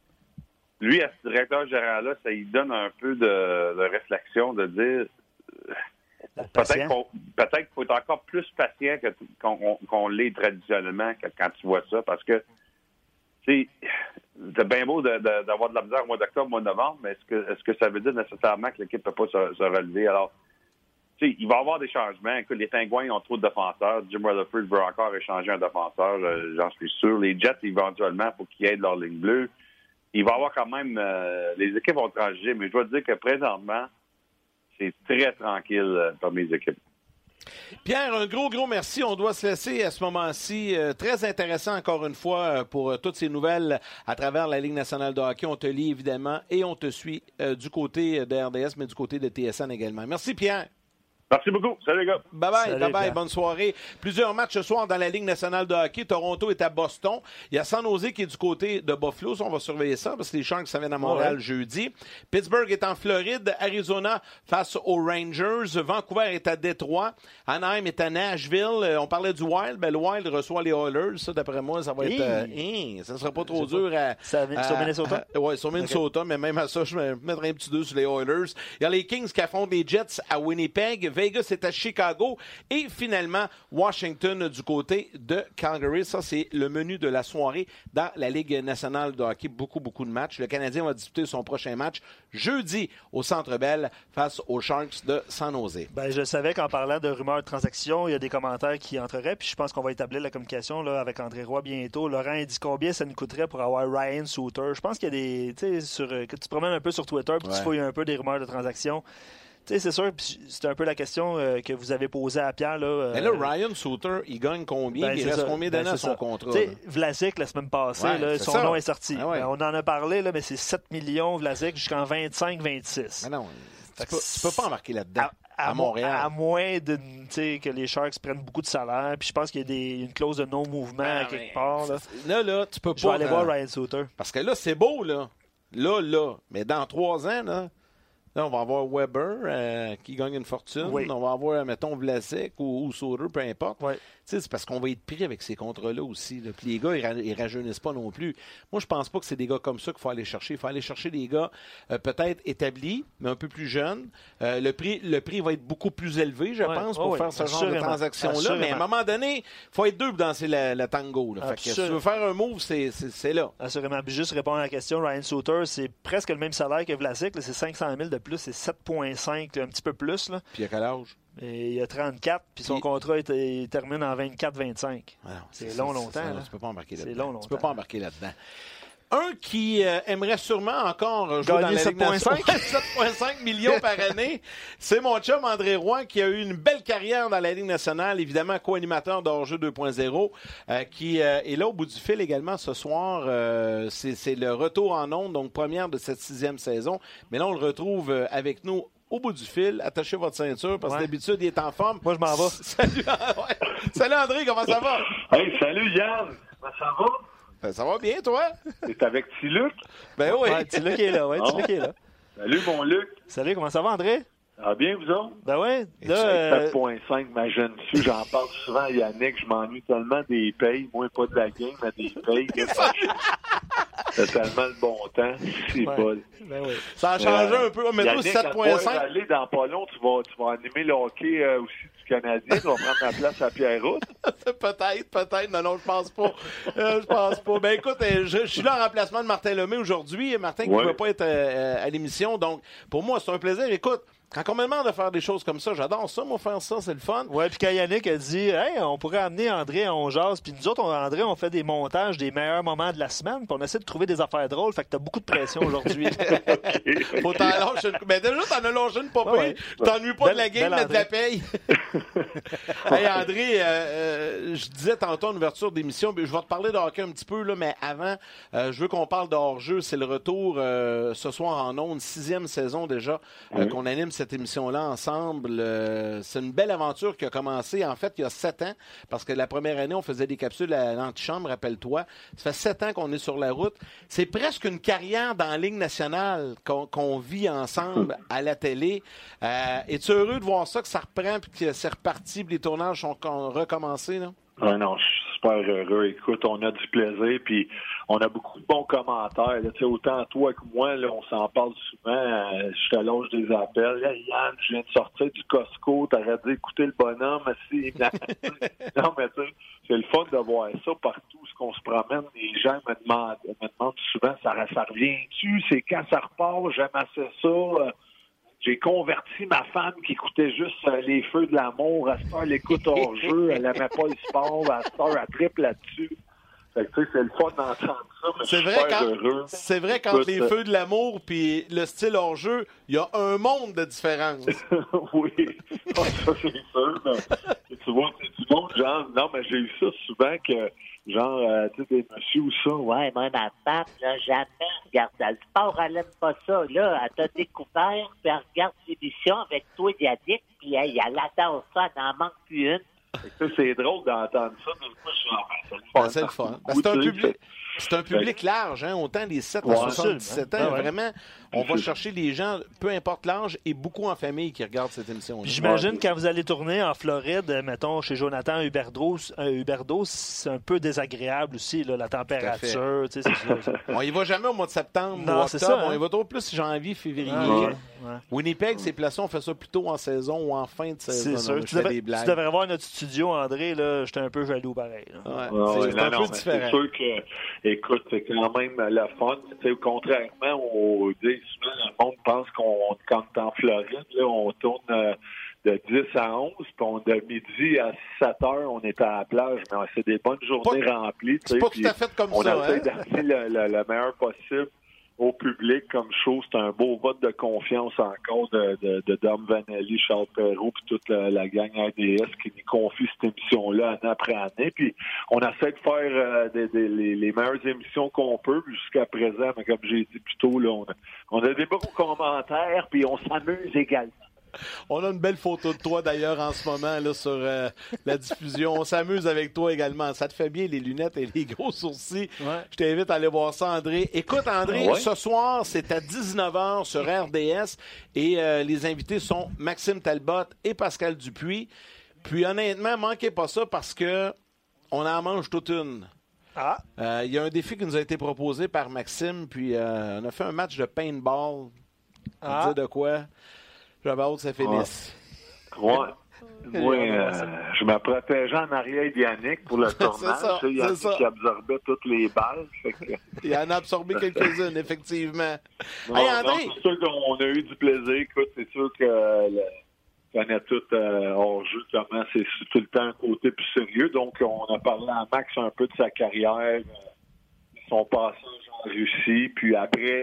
Lui, à ce directeur gérant-là, ça lui donne un peu de, de réflexion de dire... Euh, Peut-être, qu'on, peut-être qu'il faut être encore plus patient que, qu'on, qu'on l'est traditionnellement quand tu vois ça, parce que c'est, c'est bien beau de, de, d'avoir de la misère au mois d'octobre, au mois de novembre, mais est-ce que, est-ce que ça veut dire nécessairement que l'équipe ne peut pas se, se relever? Alors, tu sais, il va y avoir des changements. Écoute, les Pingouins ont trop de défenseurs. Jim Rutherford veut encore échanger un défenseur, euh, j'en suis sûr. Les Jets, éventuellement, il faut qu'ils aident leur ligne bleue. Il va y avoir quand même... Euh, les équipes vont transiger, mais je dois te dire que présentement, c'est très tranquille euh, pour mes équipes. Pierre, un gros, gros merci. On doit se laisser à ce moment-ci. Euh, très intéressant, encore une fois, euh, pour euh, toutes ces nouvelles à travers la Ligue nationale de hockey. On te lit, évidemment, et on te suit euh, du côté de R D S, mais du côté de T S N également. Merci, Pierre. Merci beaucoup. Salut, les gars. Bye-bye. Salut, bye-bye. Pierre. Bonne soirée. Plusieurs matchs ce soir dans la Ligue nationale de hockey. Toronto est à Boston. Il y a San Jose qui est du côté de Buffalo. Ça, on va surveiller ça parce que les Sharks, ça vient à Montréal ouais. jeudi. Pittsburgh est en Floride. Arizona face aux Rangers. Vancouver est à Détroit. Anaheim est à Nashville. On parlait du Wild. Ben, le Wild reçoit les Oilers. Ça, d'après moi, ça va être... Euh, hein, ça ne sera pas trop dur à... Ça, à, sur Minnesota? Oui, sur Minnesota. Okay. Mais même à ça, je vais mettre un petit deux sur les Oilers. Il y a les Kings qui affrontent les Jets à Winnipeg. Vegas est à Chicago. Et finalement, Washington du côté de Calgary. Ça, c'est le menu de la soirée dans la Ligue nationale de hockey. Beaucoup, beaucoup de matchs. Le Canadien va disputer son prochain match jeudi au Centre Bell face aux Sharks de San Jose. Ben, je savais qu'en parlant de rumeurs de transactions, il y a des commentaires qui entreraient. Puis je pense qu'on va établir la communication là, avec André Roy bientôt. Laurent, il dit combien ça nous coûterait pour avoir Ryan Suter. Je pense qu'il y a des... Tu sais, sur, que tu te promènes un peu sur Twitter puis ouais. tu fouilles un peu des rumeurs de transactions. Tu sais, c'est sûr, c'est un peu la question euh, que vous avez posée à Pierre. Là, euh, mais là, Ryan Suter, il gagne combien? Ben, il reste ça. combien d'années ben, à son ça. contrat? Tu sais, Vlasic, la semaine passée, ouais, là, son ça. nom est sorti. Ah ouais. ben, on en a parlé, là, mais c'est sept millions Vlasic jusqu'en vingt-cinq vingt-six. Mais non, tu peux, tu peux pas embarquer là-dedans. À, à, à Montréal. À, à moins de, que les Sharks prennent beaucoup de salaire. Puis je pense qu'il y a des, une clause de non-mouvement ben, à quelque part. Là, là, là tu peux pas. Je vais aller euh, voir Ryan Suter. Parce que là, c'est beau, là. Là, là. Mais dans trois ans, là, là on va avoir Weber euh, qui gagne une fortune. Oui. On va avoir, mettons, Vlasic ou, ou Suter, peu importe. Oui. C'est parce qu'on va être pris avec ces contrats-là aussi. Là. Puis les gars, ils, ra- ils rajeunissent pas non plus. Moi, je pense pas que c'est des gars comme ça qu'il faut aller chercher. Il faut aller chercher des gars euh, peut-être établis, mais un peu plus jeunes. Euh, le prix le prix va être beaucoup plus élevé, je ouais. pense, oh, pour oui. faire ce Assurément. genre de transaction-là. Assurément. Mais à un moment donné, il faut être deux pour danser la, la tango. Là. Fait que si tu veux faire un move, c'est, c'est, c'est là. Assurément. Puis juste répondre à la question, Ryan Suter, c'est presque le même salaire que Vlasic. Là, c'est cinq cent mille de plus, c'est sept virgule cinq, là, un petit peu plus. Là. Puis à quel âge? Et il a trente-quatre, puis son Puis... contrat il, il termine en vingt-quatre vingt-cinq. Ah non, c'est, c'est long, c'est, longtemps. C'est, là. tu peux pas embarquer là-dedans. C'est long, longtemps. Tu peux pas embarquer là-dedans. Un qui euh, aimerait sûrement encore jouer gagner dans la sept virgule cinq sept virgule cinq millions par année, c'est mon chum André Roy qui a eu une belle carrière dans la Ligue nationale, évidemment co-animateur d'Hors-jeu deux point zéro, euh, qui euh, est là au bout du fil également ce soir. Euh, c'est, c'est le retour en ondes, donc première de cette sixième saison. Mais là, on le retrouve euh, avec nous au bout du fil. Attachez votre ceinture parce ouais. que d'habitude, il est en forme. Moi, je m'en vais. Salut, ouais. Salut André, comment ça va? Hey, salut Yann! Ben, ça va? Ben, ça va bien, toi? T'es avec T-Luc? Ben oui. Ouais, T-Luc est là, ouais, Oh. T-Luc est là. Salut mon Luc! Salut, comment ça va, André? Ça va bien, vous autres? Ben ouais, là... sept Euh... virgule cinq, ma jeune fille, j'en parle souvent à Yannick, je m'ennuie tellement des payes, moi pas de la game, mais des payes. C'est tellement le bon temps, c'est ouais. bol. Ben oui. Ça a changé Euh, un peu, mais nous, Yannick, sept virgule cinq. quand tu vas aller dans pas long, tu vas, tu vas animer le hockey euh, aussi du Canadien, tu vas prendre la place à Pierre-Route. Peut-être, peut-être. Non, non, je pense pas. Euh, je pense pas. Ben écoute, euh, je, je suis là en remplacement de Martin Lemay aujourd'hui. Martin qui ne ouais. pouvait pas être euh, à l'émission. Donc, pour moi, c'est un plaisir. Écoute, quand on me demande de faire des choses comme ça, j'adore ça, moi, faire ça, c'est le fun. Ouais, puis quand Yannick a dit, hey, on pourrait amener André à On Jase, puis nous autres, on, André, on fait des montages des meilleurs moments de la semaine, puis on essaie de trouver des affaires drôles, fait que t'as beaucoup de pression aujourd'hui. Faut t'en lâcher une. Ben déjà, t'en as lâché une pas pire. Ouais. T'ennuies pas Belle, de la game, belle mais de la André. paye. Hey, André, euh, euh, je disais tantôt en ouverture d'émission, je vais te parler de hockey un petit peu, là, mais avant, euh, je veux qu'on parle de hors-jeu. C'est le retour euh, ce soir en ondes, sixième saison déjà, euh, Oui. qu'on anime cette émission-là ensemble. Euh, c'est une belle aventure qui a commencé, en fait, il y a sept ans, parce que la première année, on faisait des capsules à l'antichambre, rappelle-toi. Ça fait sept ans qu'on est sur la route. C'est presque une carrière dans la Ligue nationale qu'on, qu'on vit ensemble à la télé. Euh, es-tu heureux de voir ça, que ça reprend, puis que c'est reparti, puis les tournages sont con- recommencés, là? Ah non, je suis super heureux. Écoute, on a du plaisir, puis on a beaucoup de bons commentaires. Là. Tu sais, autant toi que moi, là, on s'en parle souvent. Euh, je te lâche des appels. Hey, Yann, je viens de sortir du Costco. T'aurais dû écouter le bonhomme. Si... non, mais tu sais, c'est le fun de voir ça partout. Ce qu'on se promène, les gens me demandent, me demandent souvent, ça, ça revient-tu? C'est quand ça repart? J'aime assez ça. J'ai converti ma femme qui écoutait juste euh, les feux de l'amour. À cette heure, elle écoute hors jeu. Elle n'aimait pas le sport. À cette heure, elle triple là-dessus. Fait que, tu sais, c'est le fun d'entendre ça, mais C'est je suis vrai, super quand, heureux. c'est vrai qu'entre Écoute, les feux de l'amour puis le style hors-jeu, il y a un monde de différence. oui, ça c'est sûr. Mais, tu vois, c'est du monde, genre, non, mais j'ai eu ça souvent que, genre, euh, tu sais, des messieurs ou ça. Ouais, moi, ma femme, là, jamais regarde le sport, elle aime pas ça. Là, elle t'a découvert, puis elle regarde l'émission avec toi, Yannick, puis hey, elle adore ça, elle n'en manque plus une. Fait que, c'est drôle d'entendre ça. Mais moi, je suis genre, ben, c'est le Ben, fun. c'est le fun. Ben, Oui, c'est un tu sais, public. C'est un public large, hein? Autant les sept à Ouais, soixante-dix-sept ans. absolument. Ah ouais. Vraiment, on va chercher les gens, peu importe l'âge, et beaucoup en famille qui regardent cette émission. Puis j'imagine quand vous allez tourner en Floride, mettons chez Jonathan Huberdeau, euh, Huberdeau, c'est un peu désagréable aussi, là, la température. Tu sais, c'est ça, ça. On y va jamais au mois de septembre Non, ou octobre. c'est ça, hein? On y va trop plus janvier, février. Ah, ouais, ouais. Winnipeg, c'est placé, on fait ça plutôt en saison ou en fin de saison. C'est Non, sûr. je Tu fais devrais, des tu blagues. devrais voir notre studio, André. Là, j'étais un peu jaloux pareil. Là. Ouais, Ah c'est ouais, c'est non, un non, peu mais différent. c'est sûr que, écoute, c'est quand même le fun. Tu sais, contrairement au dit souvent, le monde pense qu'on, quand on est en Floride, là, on tourne euh, de dix à onze, puis on, de midi à sept heures, on est à la plage. Mais c'est des bonnes journées Pas- remplies. tu C'est sais, pas puis tout à fait comme on ça. essaie Hein? d'amener le, le, le meilleur possible au public comme show. C'est un beau vote de confiance encore de, de, de Dom Vanelli, Charles Perrault, puis toute la, la gang R D S qui nous confie cette émission-là année après année. Puis on essaie de faire euh, des, des, les, les meilleures émissions qu'on peut jusqu'à présent. Mais comme j'ai dit plus tôt, là, on, a, on a des beaux commentaires, puis on s'amuse également. On a une belle photo de toi, d'ailleurs, en ce moment, là, sur euh, la diffusion. On s'amuse avec toi également. Ça te fait bien, les lunettes et les gros sourcils. Ouais. Je t'invite à aller voir ça, André. Écoute, André, ah ouais? Ce soir, c'est à dix-neuf heures sur R D S et euh, les invités sont Maxime Talbot et Pascal Dupuis. Puis, honnêtement, manquez pas ça parce que on en mange toute une. Ah. Euh, il y a un défi qui nous a été proposé par Maxime, puis euh, on a fait un match de paintball. Ah. Dire de quoi? J'avais hâte que ça finisse. Ouais. ouais. Moi, euh, je me protégeais en arrière d'Yannick pour le tournage. C'est ça, il y a ça. qui absorbait toutes les balles. Fait que... Il en a absorbé quelques-unes, effectivement. Non, hey, André! Non, c'est sûr qu'on a eu du plaisir. Écoute, c'est sûr que le... on connaît tout euh, hors jeu, comment c'est tout le temps un côté plus sérieux. Donc, on a parlé à Max un peu de sa carrière, euh, son passage en Russie. Puis après,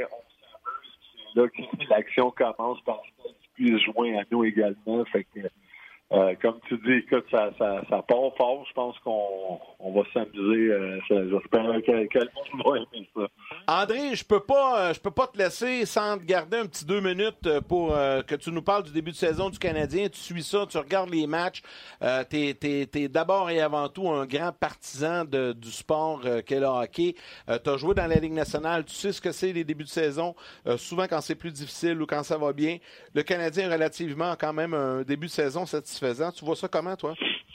on s'amuse. C'est là que l'action commence parce que puis joint à nous également. Fait que, euh, comme tu dis, écoute, ça, ça, ça part fort. Je pense qu'on on va s'amuser. Euh, j'espère que, que le monde va aimer ça. André, je peux pas, je peux pas te laisser sans te garder un petit deux minutes pour euh, que tu nous parles du début de saison du Canadien. Tu suis ça, tu regardes les matchs. Euh, t'es, t'es, t'es d'abord et avant tout un grand partisan de, du sport euh, qu'est le hockey. Euh, tu as joué dans la Ligue nationale. Tu sais ce que c'est les débuts de saison. Euh, souvent, quand c'est plus difficile ou quand ça va bien, le Canadien relativement quand même un début de saison satisfaisant. Tu vois ça comment, toi?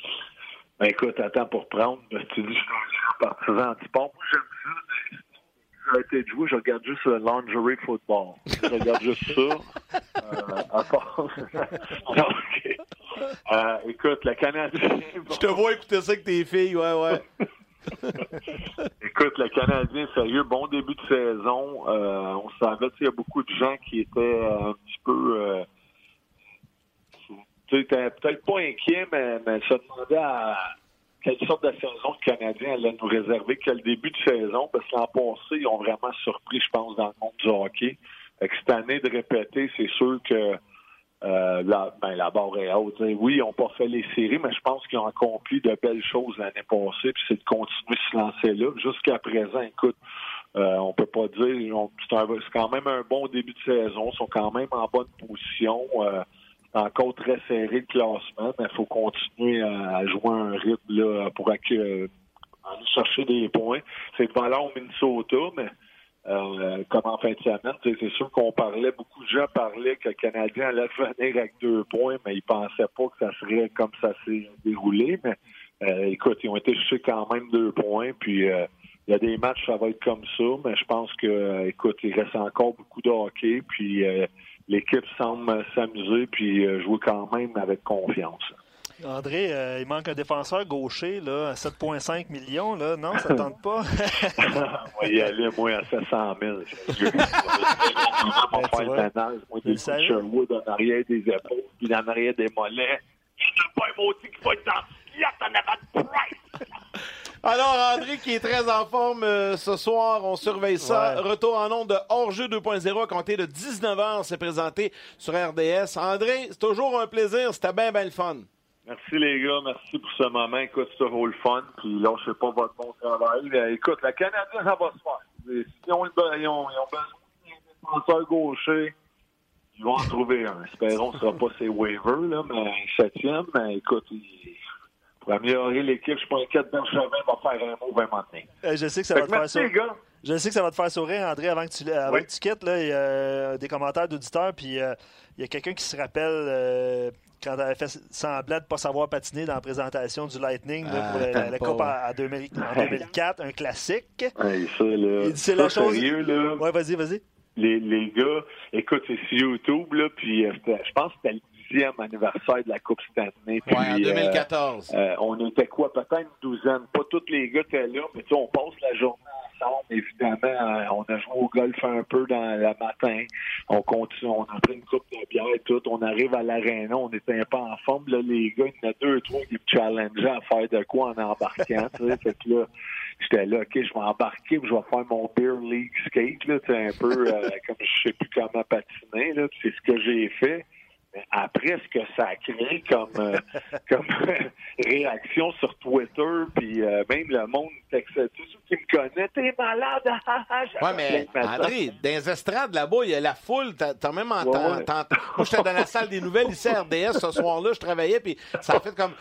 Ben écoute, attends pour prendre. Tu dis que je suis un grand partisan du sport. Moi, j'aime ça. J'ai arrêté de jouer, je regarde juste le lingerie football. Je regarde juste ça. Euh, à part... okay. euh, écoute, le Canadien... Je te vois écouter ça avec tes filles, ouais, ouais. Écoute, le Canadien, sérieux, bon début de saison. Euh, on savait, tu sais, il y a beaucoup de gens qui étaient un petit peu... Euh, tu sais, peut-être pas inquiets, mais, mais se demandaient à... quelle sorte de saison le Canadien allait nous réserver, quel début de saison, parce que l'an passé, ils ont vraiment surpris, je pense, dans le monde du hockey. Fait que cette année de répéter, c'est sûr que euh, la, ben, la barre est haute. Oui, ils n'ont pas fait les séries, mais je pense qu'ils ont accompli de belles choses l'année passée, puis c'est de continuer de se lancer là. Jusqu'à présent, écoute, euh, on peut pas dire, on, c'est, un, c'est quand même un bon début de saison, ils sont quand même en bonne position. Euh, encore très serré le classement, mais il faut continuer à jouer un rythme là, pour euh, aller chercher des points. C'est devant là au Minnesota, mais euh, comme en fin de semaine, c'est sûr qu'on parlait, beaucoup de gens parlaient que le Canadien allait venir avec deux points, mais ils pensaient pas que ça serait comme ça s'est déroulé. Mais euh, écoute, ils ont été chercher quand même deux points, puis euh, il y a des matchs, ça va être comme ça, mais je pense que, euh, écoute, il reste encore beaucoup de hockey, puis euh, l'équipe semble s'amuser puis euh, jouer quand même avec confiance. André, euh, il manque un défenseur gaucher là, à sept virgule cinq millions. Là. Non, ça ne tente pas? On va y aller, moi, à sept cent mille. Je vais faire le ménage. Moi, des Sherwood en arrière des épaules puis en arrière des mollets. Je n'ai pas un maudit qui va être dans le fiat en avant de Price. Alors, André, qui est très en forme euh, ce soir, on surveille ça. Ouais. Retour en ondes de Hors-jeu deux point zéro à compter de dix-neuf heures, c'est présenté sur R D S. André, c'est toujours un plaisir, c'était bien, bien le fun. Merci les gars, merci pour ce moment. Écoute, c'est toujours le fun, puis là, je sais pas votre bon travail. Mais, écoute, la Canadien, ça va se faire. Si on, ils ont, ils ont besoin d'un défenseur gaucher, ils vont en trouver un. Espérons que ce ne sera pas ses waivers, là, mais septième, mais écoute, ils... pour améliorer l'équipe, je suis pas inquiète, Bergevin va faire un mot vingt maintenant. Euh, je sais que ça va te faire sourire. Je sais que ça va te faire sourire, André, avant que tu, avant oui. que tu quittes. Là, il y a des commentaires d'auditeurs, puis euh, il y a quelqu'un qui se rappelle euh, quand elle avait fait semblant de ne pas savoir patiner dans la présentation du Lightning là, pour ah, la, la Coupe en, en deux mille quatre, un classique. Hey, ça, là, il dit, c'est ça, la chose... sérieux, là. Ouais, vas-y, vas-y. Les, les gars, écoute, c'est sur YouTube, là, puis euh, je pense que c'était le dixième anniversaire de la Coupe Stanley. Oui, en deux mille quatorze. Euh, euh, on était quoi, peut-être une douzaine. Pas tous les gars étaient là, mais tu sais, on passe la journée ensemble. Évidemment, on a joué au golf un peu dans le matin. On continue, on a pris une coupe de bière et tout. On arrive à l'aréna, on était un peu en forme. Là, les gars, il y en a deux, trois qui me challengeaient à faire de quoi en embarquant. Fait que là, j'étais là, OK, je vais embarquer, puis je vais faire mon beer league skate, là, un peu euh, comme je sais plus comment patiner. Là, c'est ce que j'ai fait. Mais après, ce que ça a créé comme, euh, comme réaction sur Twitter, puis euh, même le monde texte, tous ceux qui me connaissent, t'es malade! Oui, mais André, dans les estrades là-bas, il y a la foule, t'as, t'as même entendu. Ouais, ouais. Moi, j'étais dans la salle des nouvelles ici à R D S ce soir-là, je travaillais, puis ça a fait comme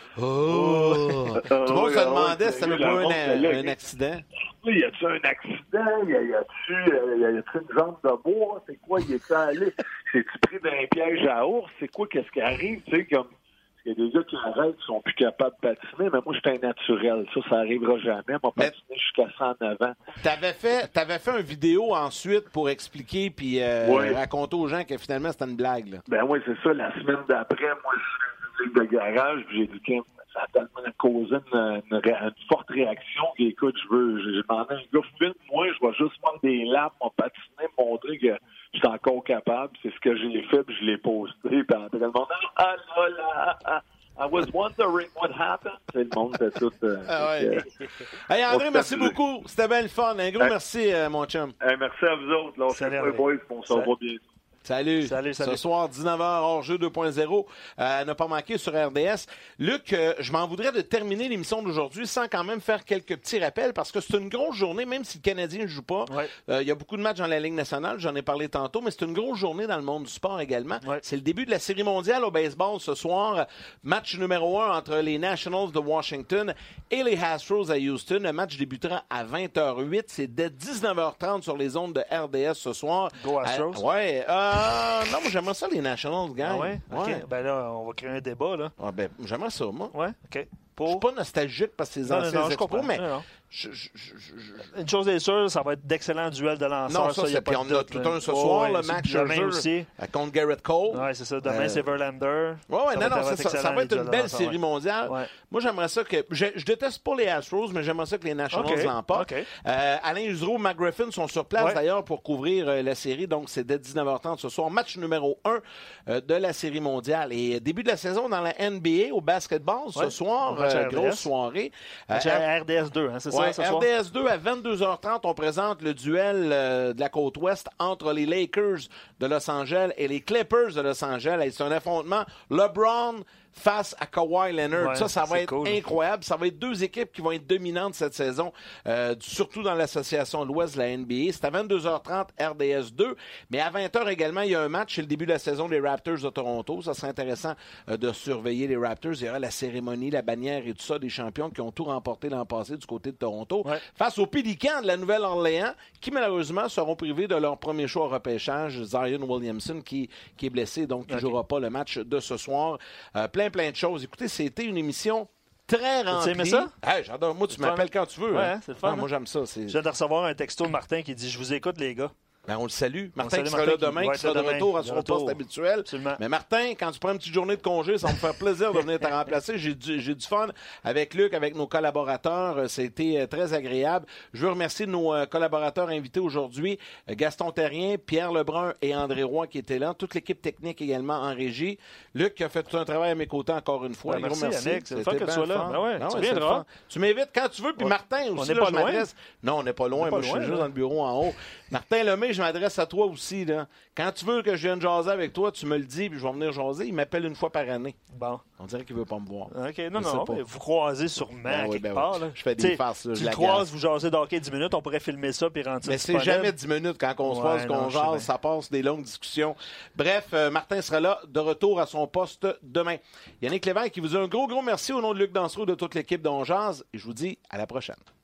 oh! Tout le monde se demandait si c'était pas un, un accident. Oui, y a-tu un accident? Y a-tu euh, y a-tu une jambe de bois? C'est quoi? Il est allé? C'est-tu pris d'un piège à ours? C'est quoi? Qu'est-ce qui arrive? Tu sais, comme. Il y a des gars qui arrêtent, qui sont plus capables de patiner, mais moi, j'étais un naturel. Ça, ça arrivera jamais. Moi, patiner jusqu'à cent neuf ans. T'avais fait, t'avais fait une vidéo ensuite pour expliquer puis euh, oui. raconter aux gens que finalement, c'était une blague. Là. Ben oui, c'est ça. La semaine d'après, moi, je suis une musique de garage, puis j'ai dit que ça a tellement causé une, une, une forte réaction qu'écoute, je veux, j'ai demandé à un gars, filme-moi, je vais juste prendre des lames, mon patiner, montrer que je suis encore capable. C'est ce que j'ai fait, puis je l'ai posté. Puis après, le monde, ah là là, I was wondering what happened. Le monde était tout. Euh, ah ouais. euh, hey André, merci beaucoup. C'était bien le fun. Un gros hey. merci, euh, mon chum. Hey, merci à vous autres. Là, on se fait boys, on s'en va bientôt. Salut. Salut, salut. Ce soir, dix-neuf heures, hors-jeu deux point zéro. Euh, n'a pas manqué sur R D S. Luc, euh, je m'en voudrais de terminer l'émission d'aujourd'hui sans quand même faire quelques petits rappels parce que c'est une grosse journée, même si le Canadien ne joue pas. Il ouais. euh, y a beaucoup de matchs dans la Ligue nationale, j'en ai parlé tantôt, mais c'est une grosse journée dans le monde du sport également. Ouais. C'est le début de la Série mondiale au baseball ce soir. Match numéro un entre les Nationals de Washington et les Astros à Houston. Le match débutera à vingt heures huit. C'est dès dix-neuf heures trente sur les ondes de R D S ce soir. Go Astros? Euh, ouais. Euh, non, moi, j'aimerais ça, les Nationals, gars. Ah ouais? OK. Ouais. Ben là, on va créer un débat, là. Ah ben, j'aimerais ça, moi. Ouais, OK. Pour... Je suis pas nostalgique parce que c'est anciens non, non, expos, mais... Non, non. Je, je, je, je... Une chose est sûre, ça va être d'excellents duels de lanceurs. Non, ça, ça c'est puis on a tout un ce oh, soir, ouais, le match Scherzer contre Garrett Cole. Oui, c'est ça. Demain, euh... c'est Verlander. Oui, oui, non, non, ça, ça va être une belle série mondiale. Ouais. Moi, j'aimerais ça que... Je, je déteste pas les Astros, mais j'aimerais ça que les Nationals okay. l'emportent. Okay. Euh, Alain Usereau, Mac Griffin sont sur place, ouais. d'ailleurs, pour couvrir euh, la série. Donc, c'est dès dix-neuf heures trente ce soir. Match numéro un euh, de la série mondiale. Et début de la saison dans la N B A, au basketball, ouais. ce soir, euh, grosse soirée. Euh, R D S deux, hein, c'est ouais, ça, ce R D S deux à vingt-deux heures trente, on présente le duel euh, de la côte ouest entre les Lakers de Los Angeles et les Clippers de Los Angeles. C'est un affrontement LeBron face à Kawhi Leonard. Ouais, ça, ça va être cool. Incroyable. Ça va être deux équipes qui vont être dominantes cette saison, euh, surtout dans l'association de l'Ouest de la N B A. C'est à vingt-deux heures trente, R D S deux. Mais à vingt heures également, il y a un match. C'est le début de la saison des Raptors de Toronto. Ça serait intéressant euh, de surveiller les Raptors. Il y aura la cérémonie, la bannière et tout ça des champions qui ont tout remporté l'an passé du côté de Toronto. Ouais. Face aux Pélicans de la Nouvelle-Orléans, qui malheureusement seront privés de leur premier choix au repêchage, Zion Williamson, qui, qui est blessé, donc qui ne okay. jouera pas le match de ce soir. Euh, plein, plein de choses. Écoutez, c'était une émission très remplie. Tu aimais ça? Hey, j'adore. Moi, tu m'appelles quand tu veux. Ouais, hein. C'est le fun. Non, moi, j'aime ça. C'est... Je viens de recevoir un texto de Martin qui dit « Je vous écoute, les gars ». Ben, on le salue. Martin salue qui sera Martin là demain, qui, qui sera de demain, retour à son retour. Poste habituel. Absolument. Mais Martin, quand tu prends une petite journée de congé, ça va me faire plaisir de venir te remplacer. J'ai du, j'ai du fun avec Luc, avec nos collaborateurs. C'était très agréable. Je veux remercier nos collaborateurs invités aujourd'hui. Gaston Terrien, Pierre Lebrun et André Roy qui étaient là. Toute l'équipe technique également en régie. Luc qui a fait tout un travail à mes côtés encore une fois. Ben, merci, merci Yannick. C'est le fun que tu sois là. Ben ouais, non, tu ouais, viendras. Tu m'invites quand tu veux. Puis ouais. Martin aussi, on là, pas je loin. m'adresse. Non, on n'est pas loin. On Moi, je suis juste dans le bureau en haut. Martin Lemay, je m'adresse à toi aussi. Là. Quand tu veux que je vienne jaser avec toi, tu me le dis, puis je vais venir jaser. Il m'appelle une fois par année. Bon. On dirait qu'il ne veut pas me voir. OK, non, je non. Vous croisez sûrement ben oui, quelque ben part. Oui. Je fais des T'sais, farces. Là, tu le croises, vous jasez d'hockey dix minutes, on pourrait filmer ça puis rendre ça. Mais c'est jamais dix minutes quand on se ouais, passe, qu'on jase, ça passe des longues discussions. Bref, euh, Martin sera là, de retour à son poste demain. Yannick Lévesque qui vous dit un gros, gros merci au nom de Luc Dansereau de toute l'équipe d'On Jase. Et je vous dis à la prochaine.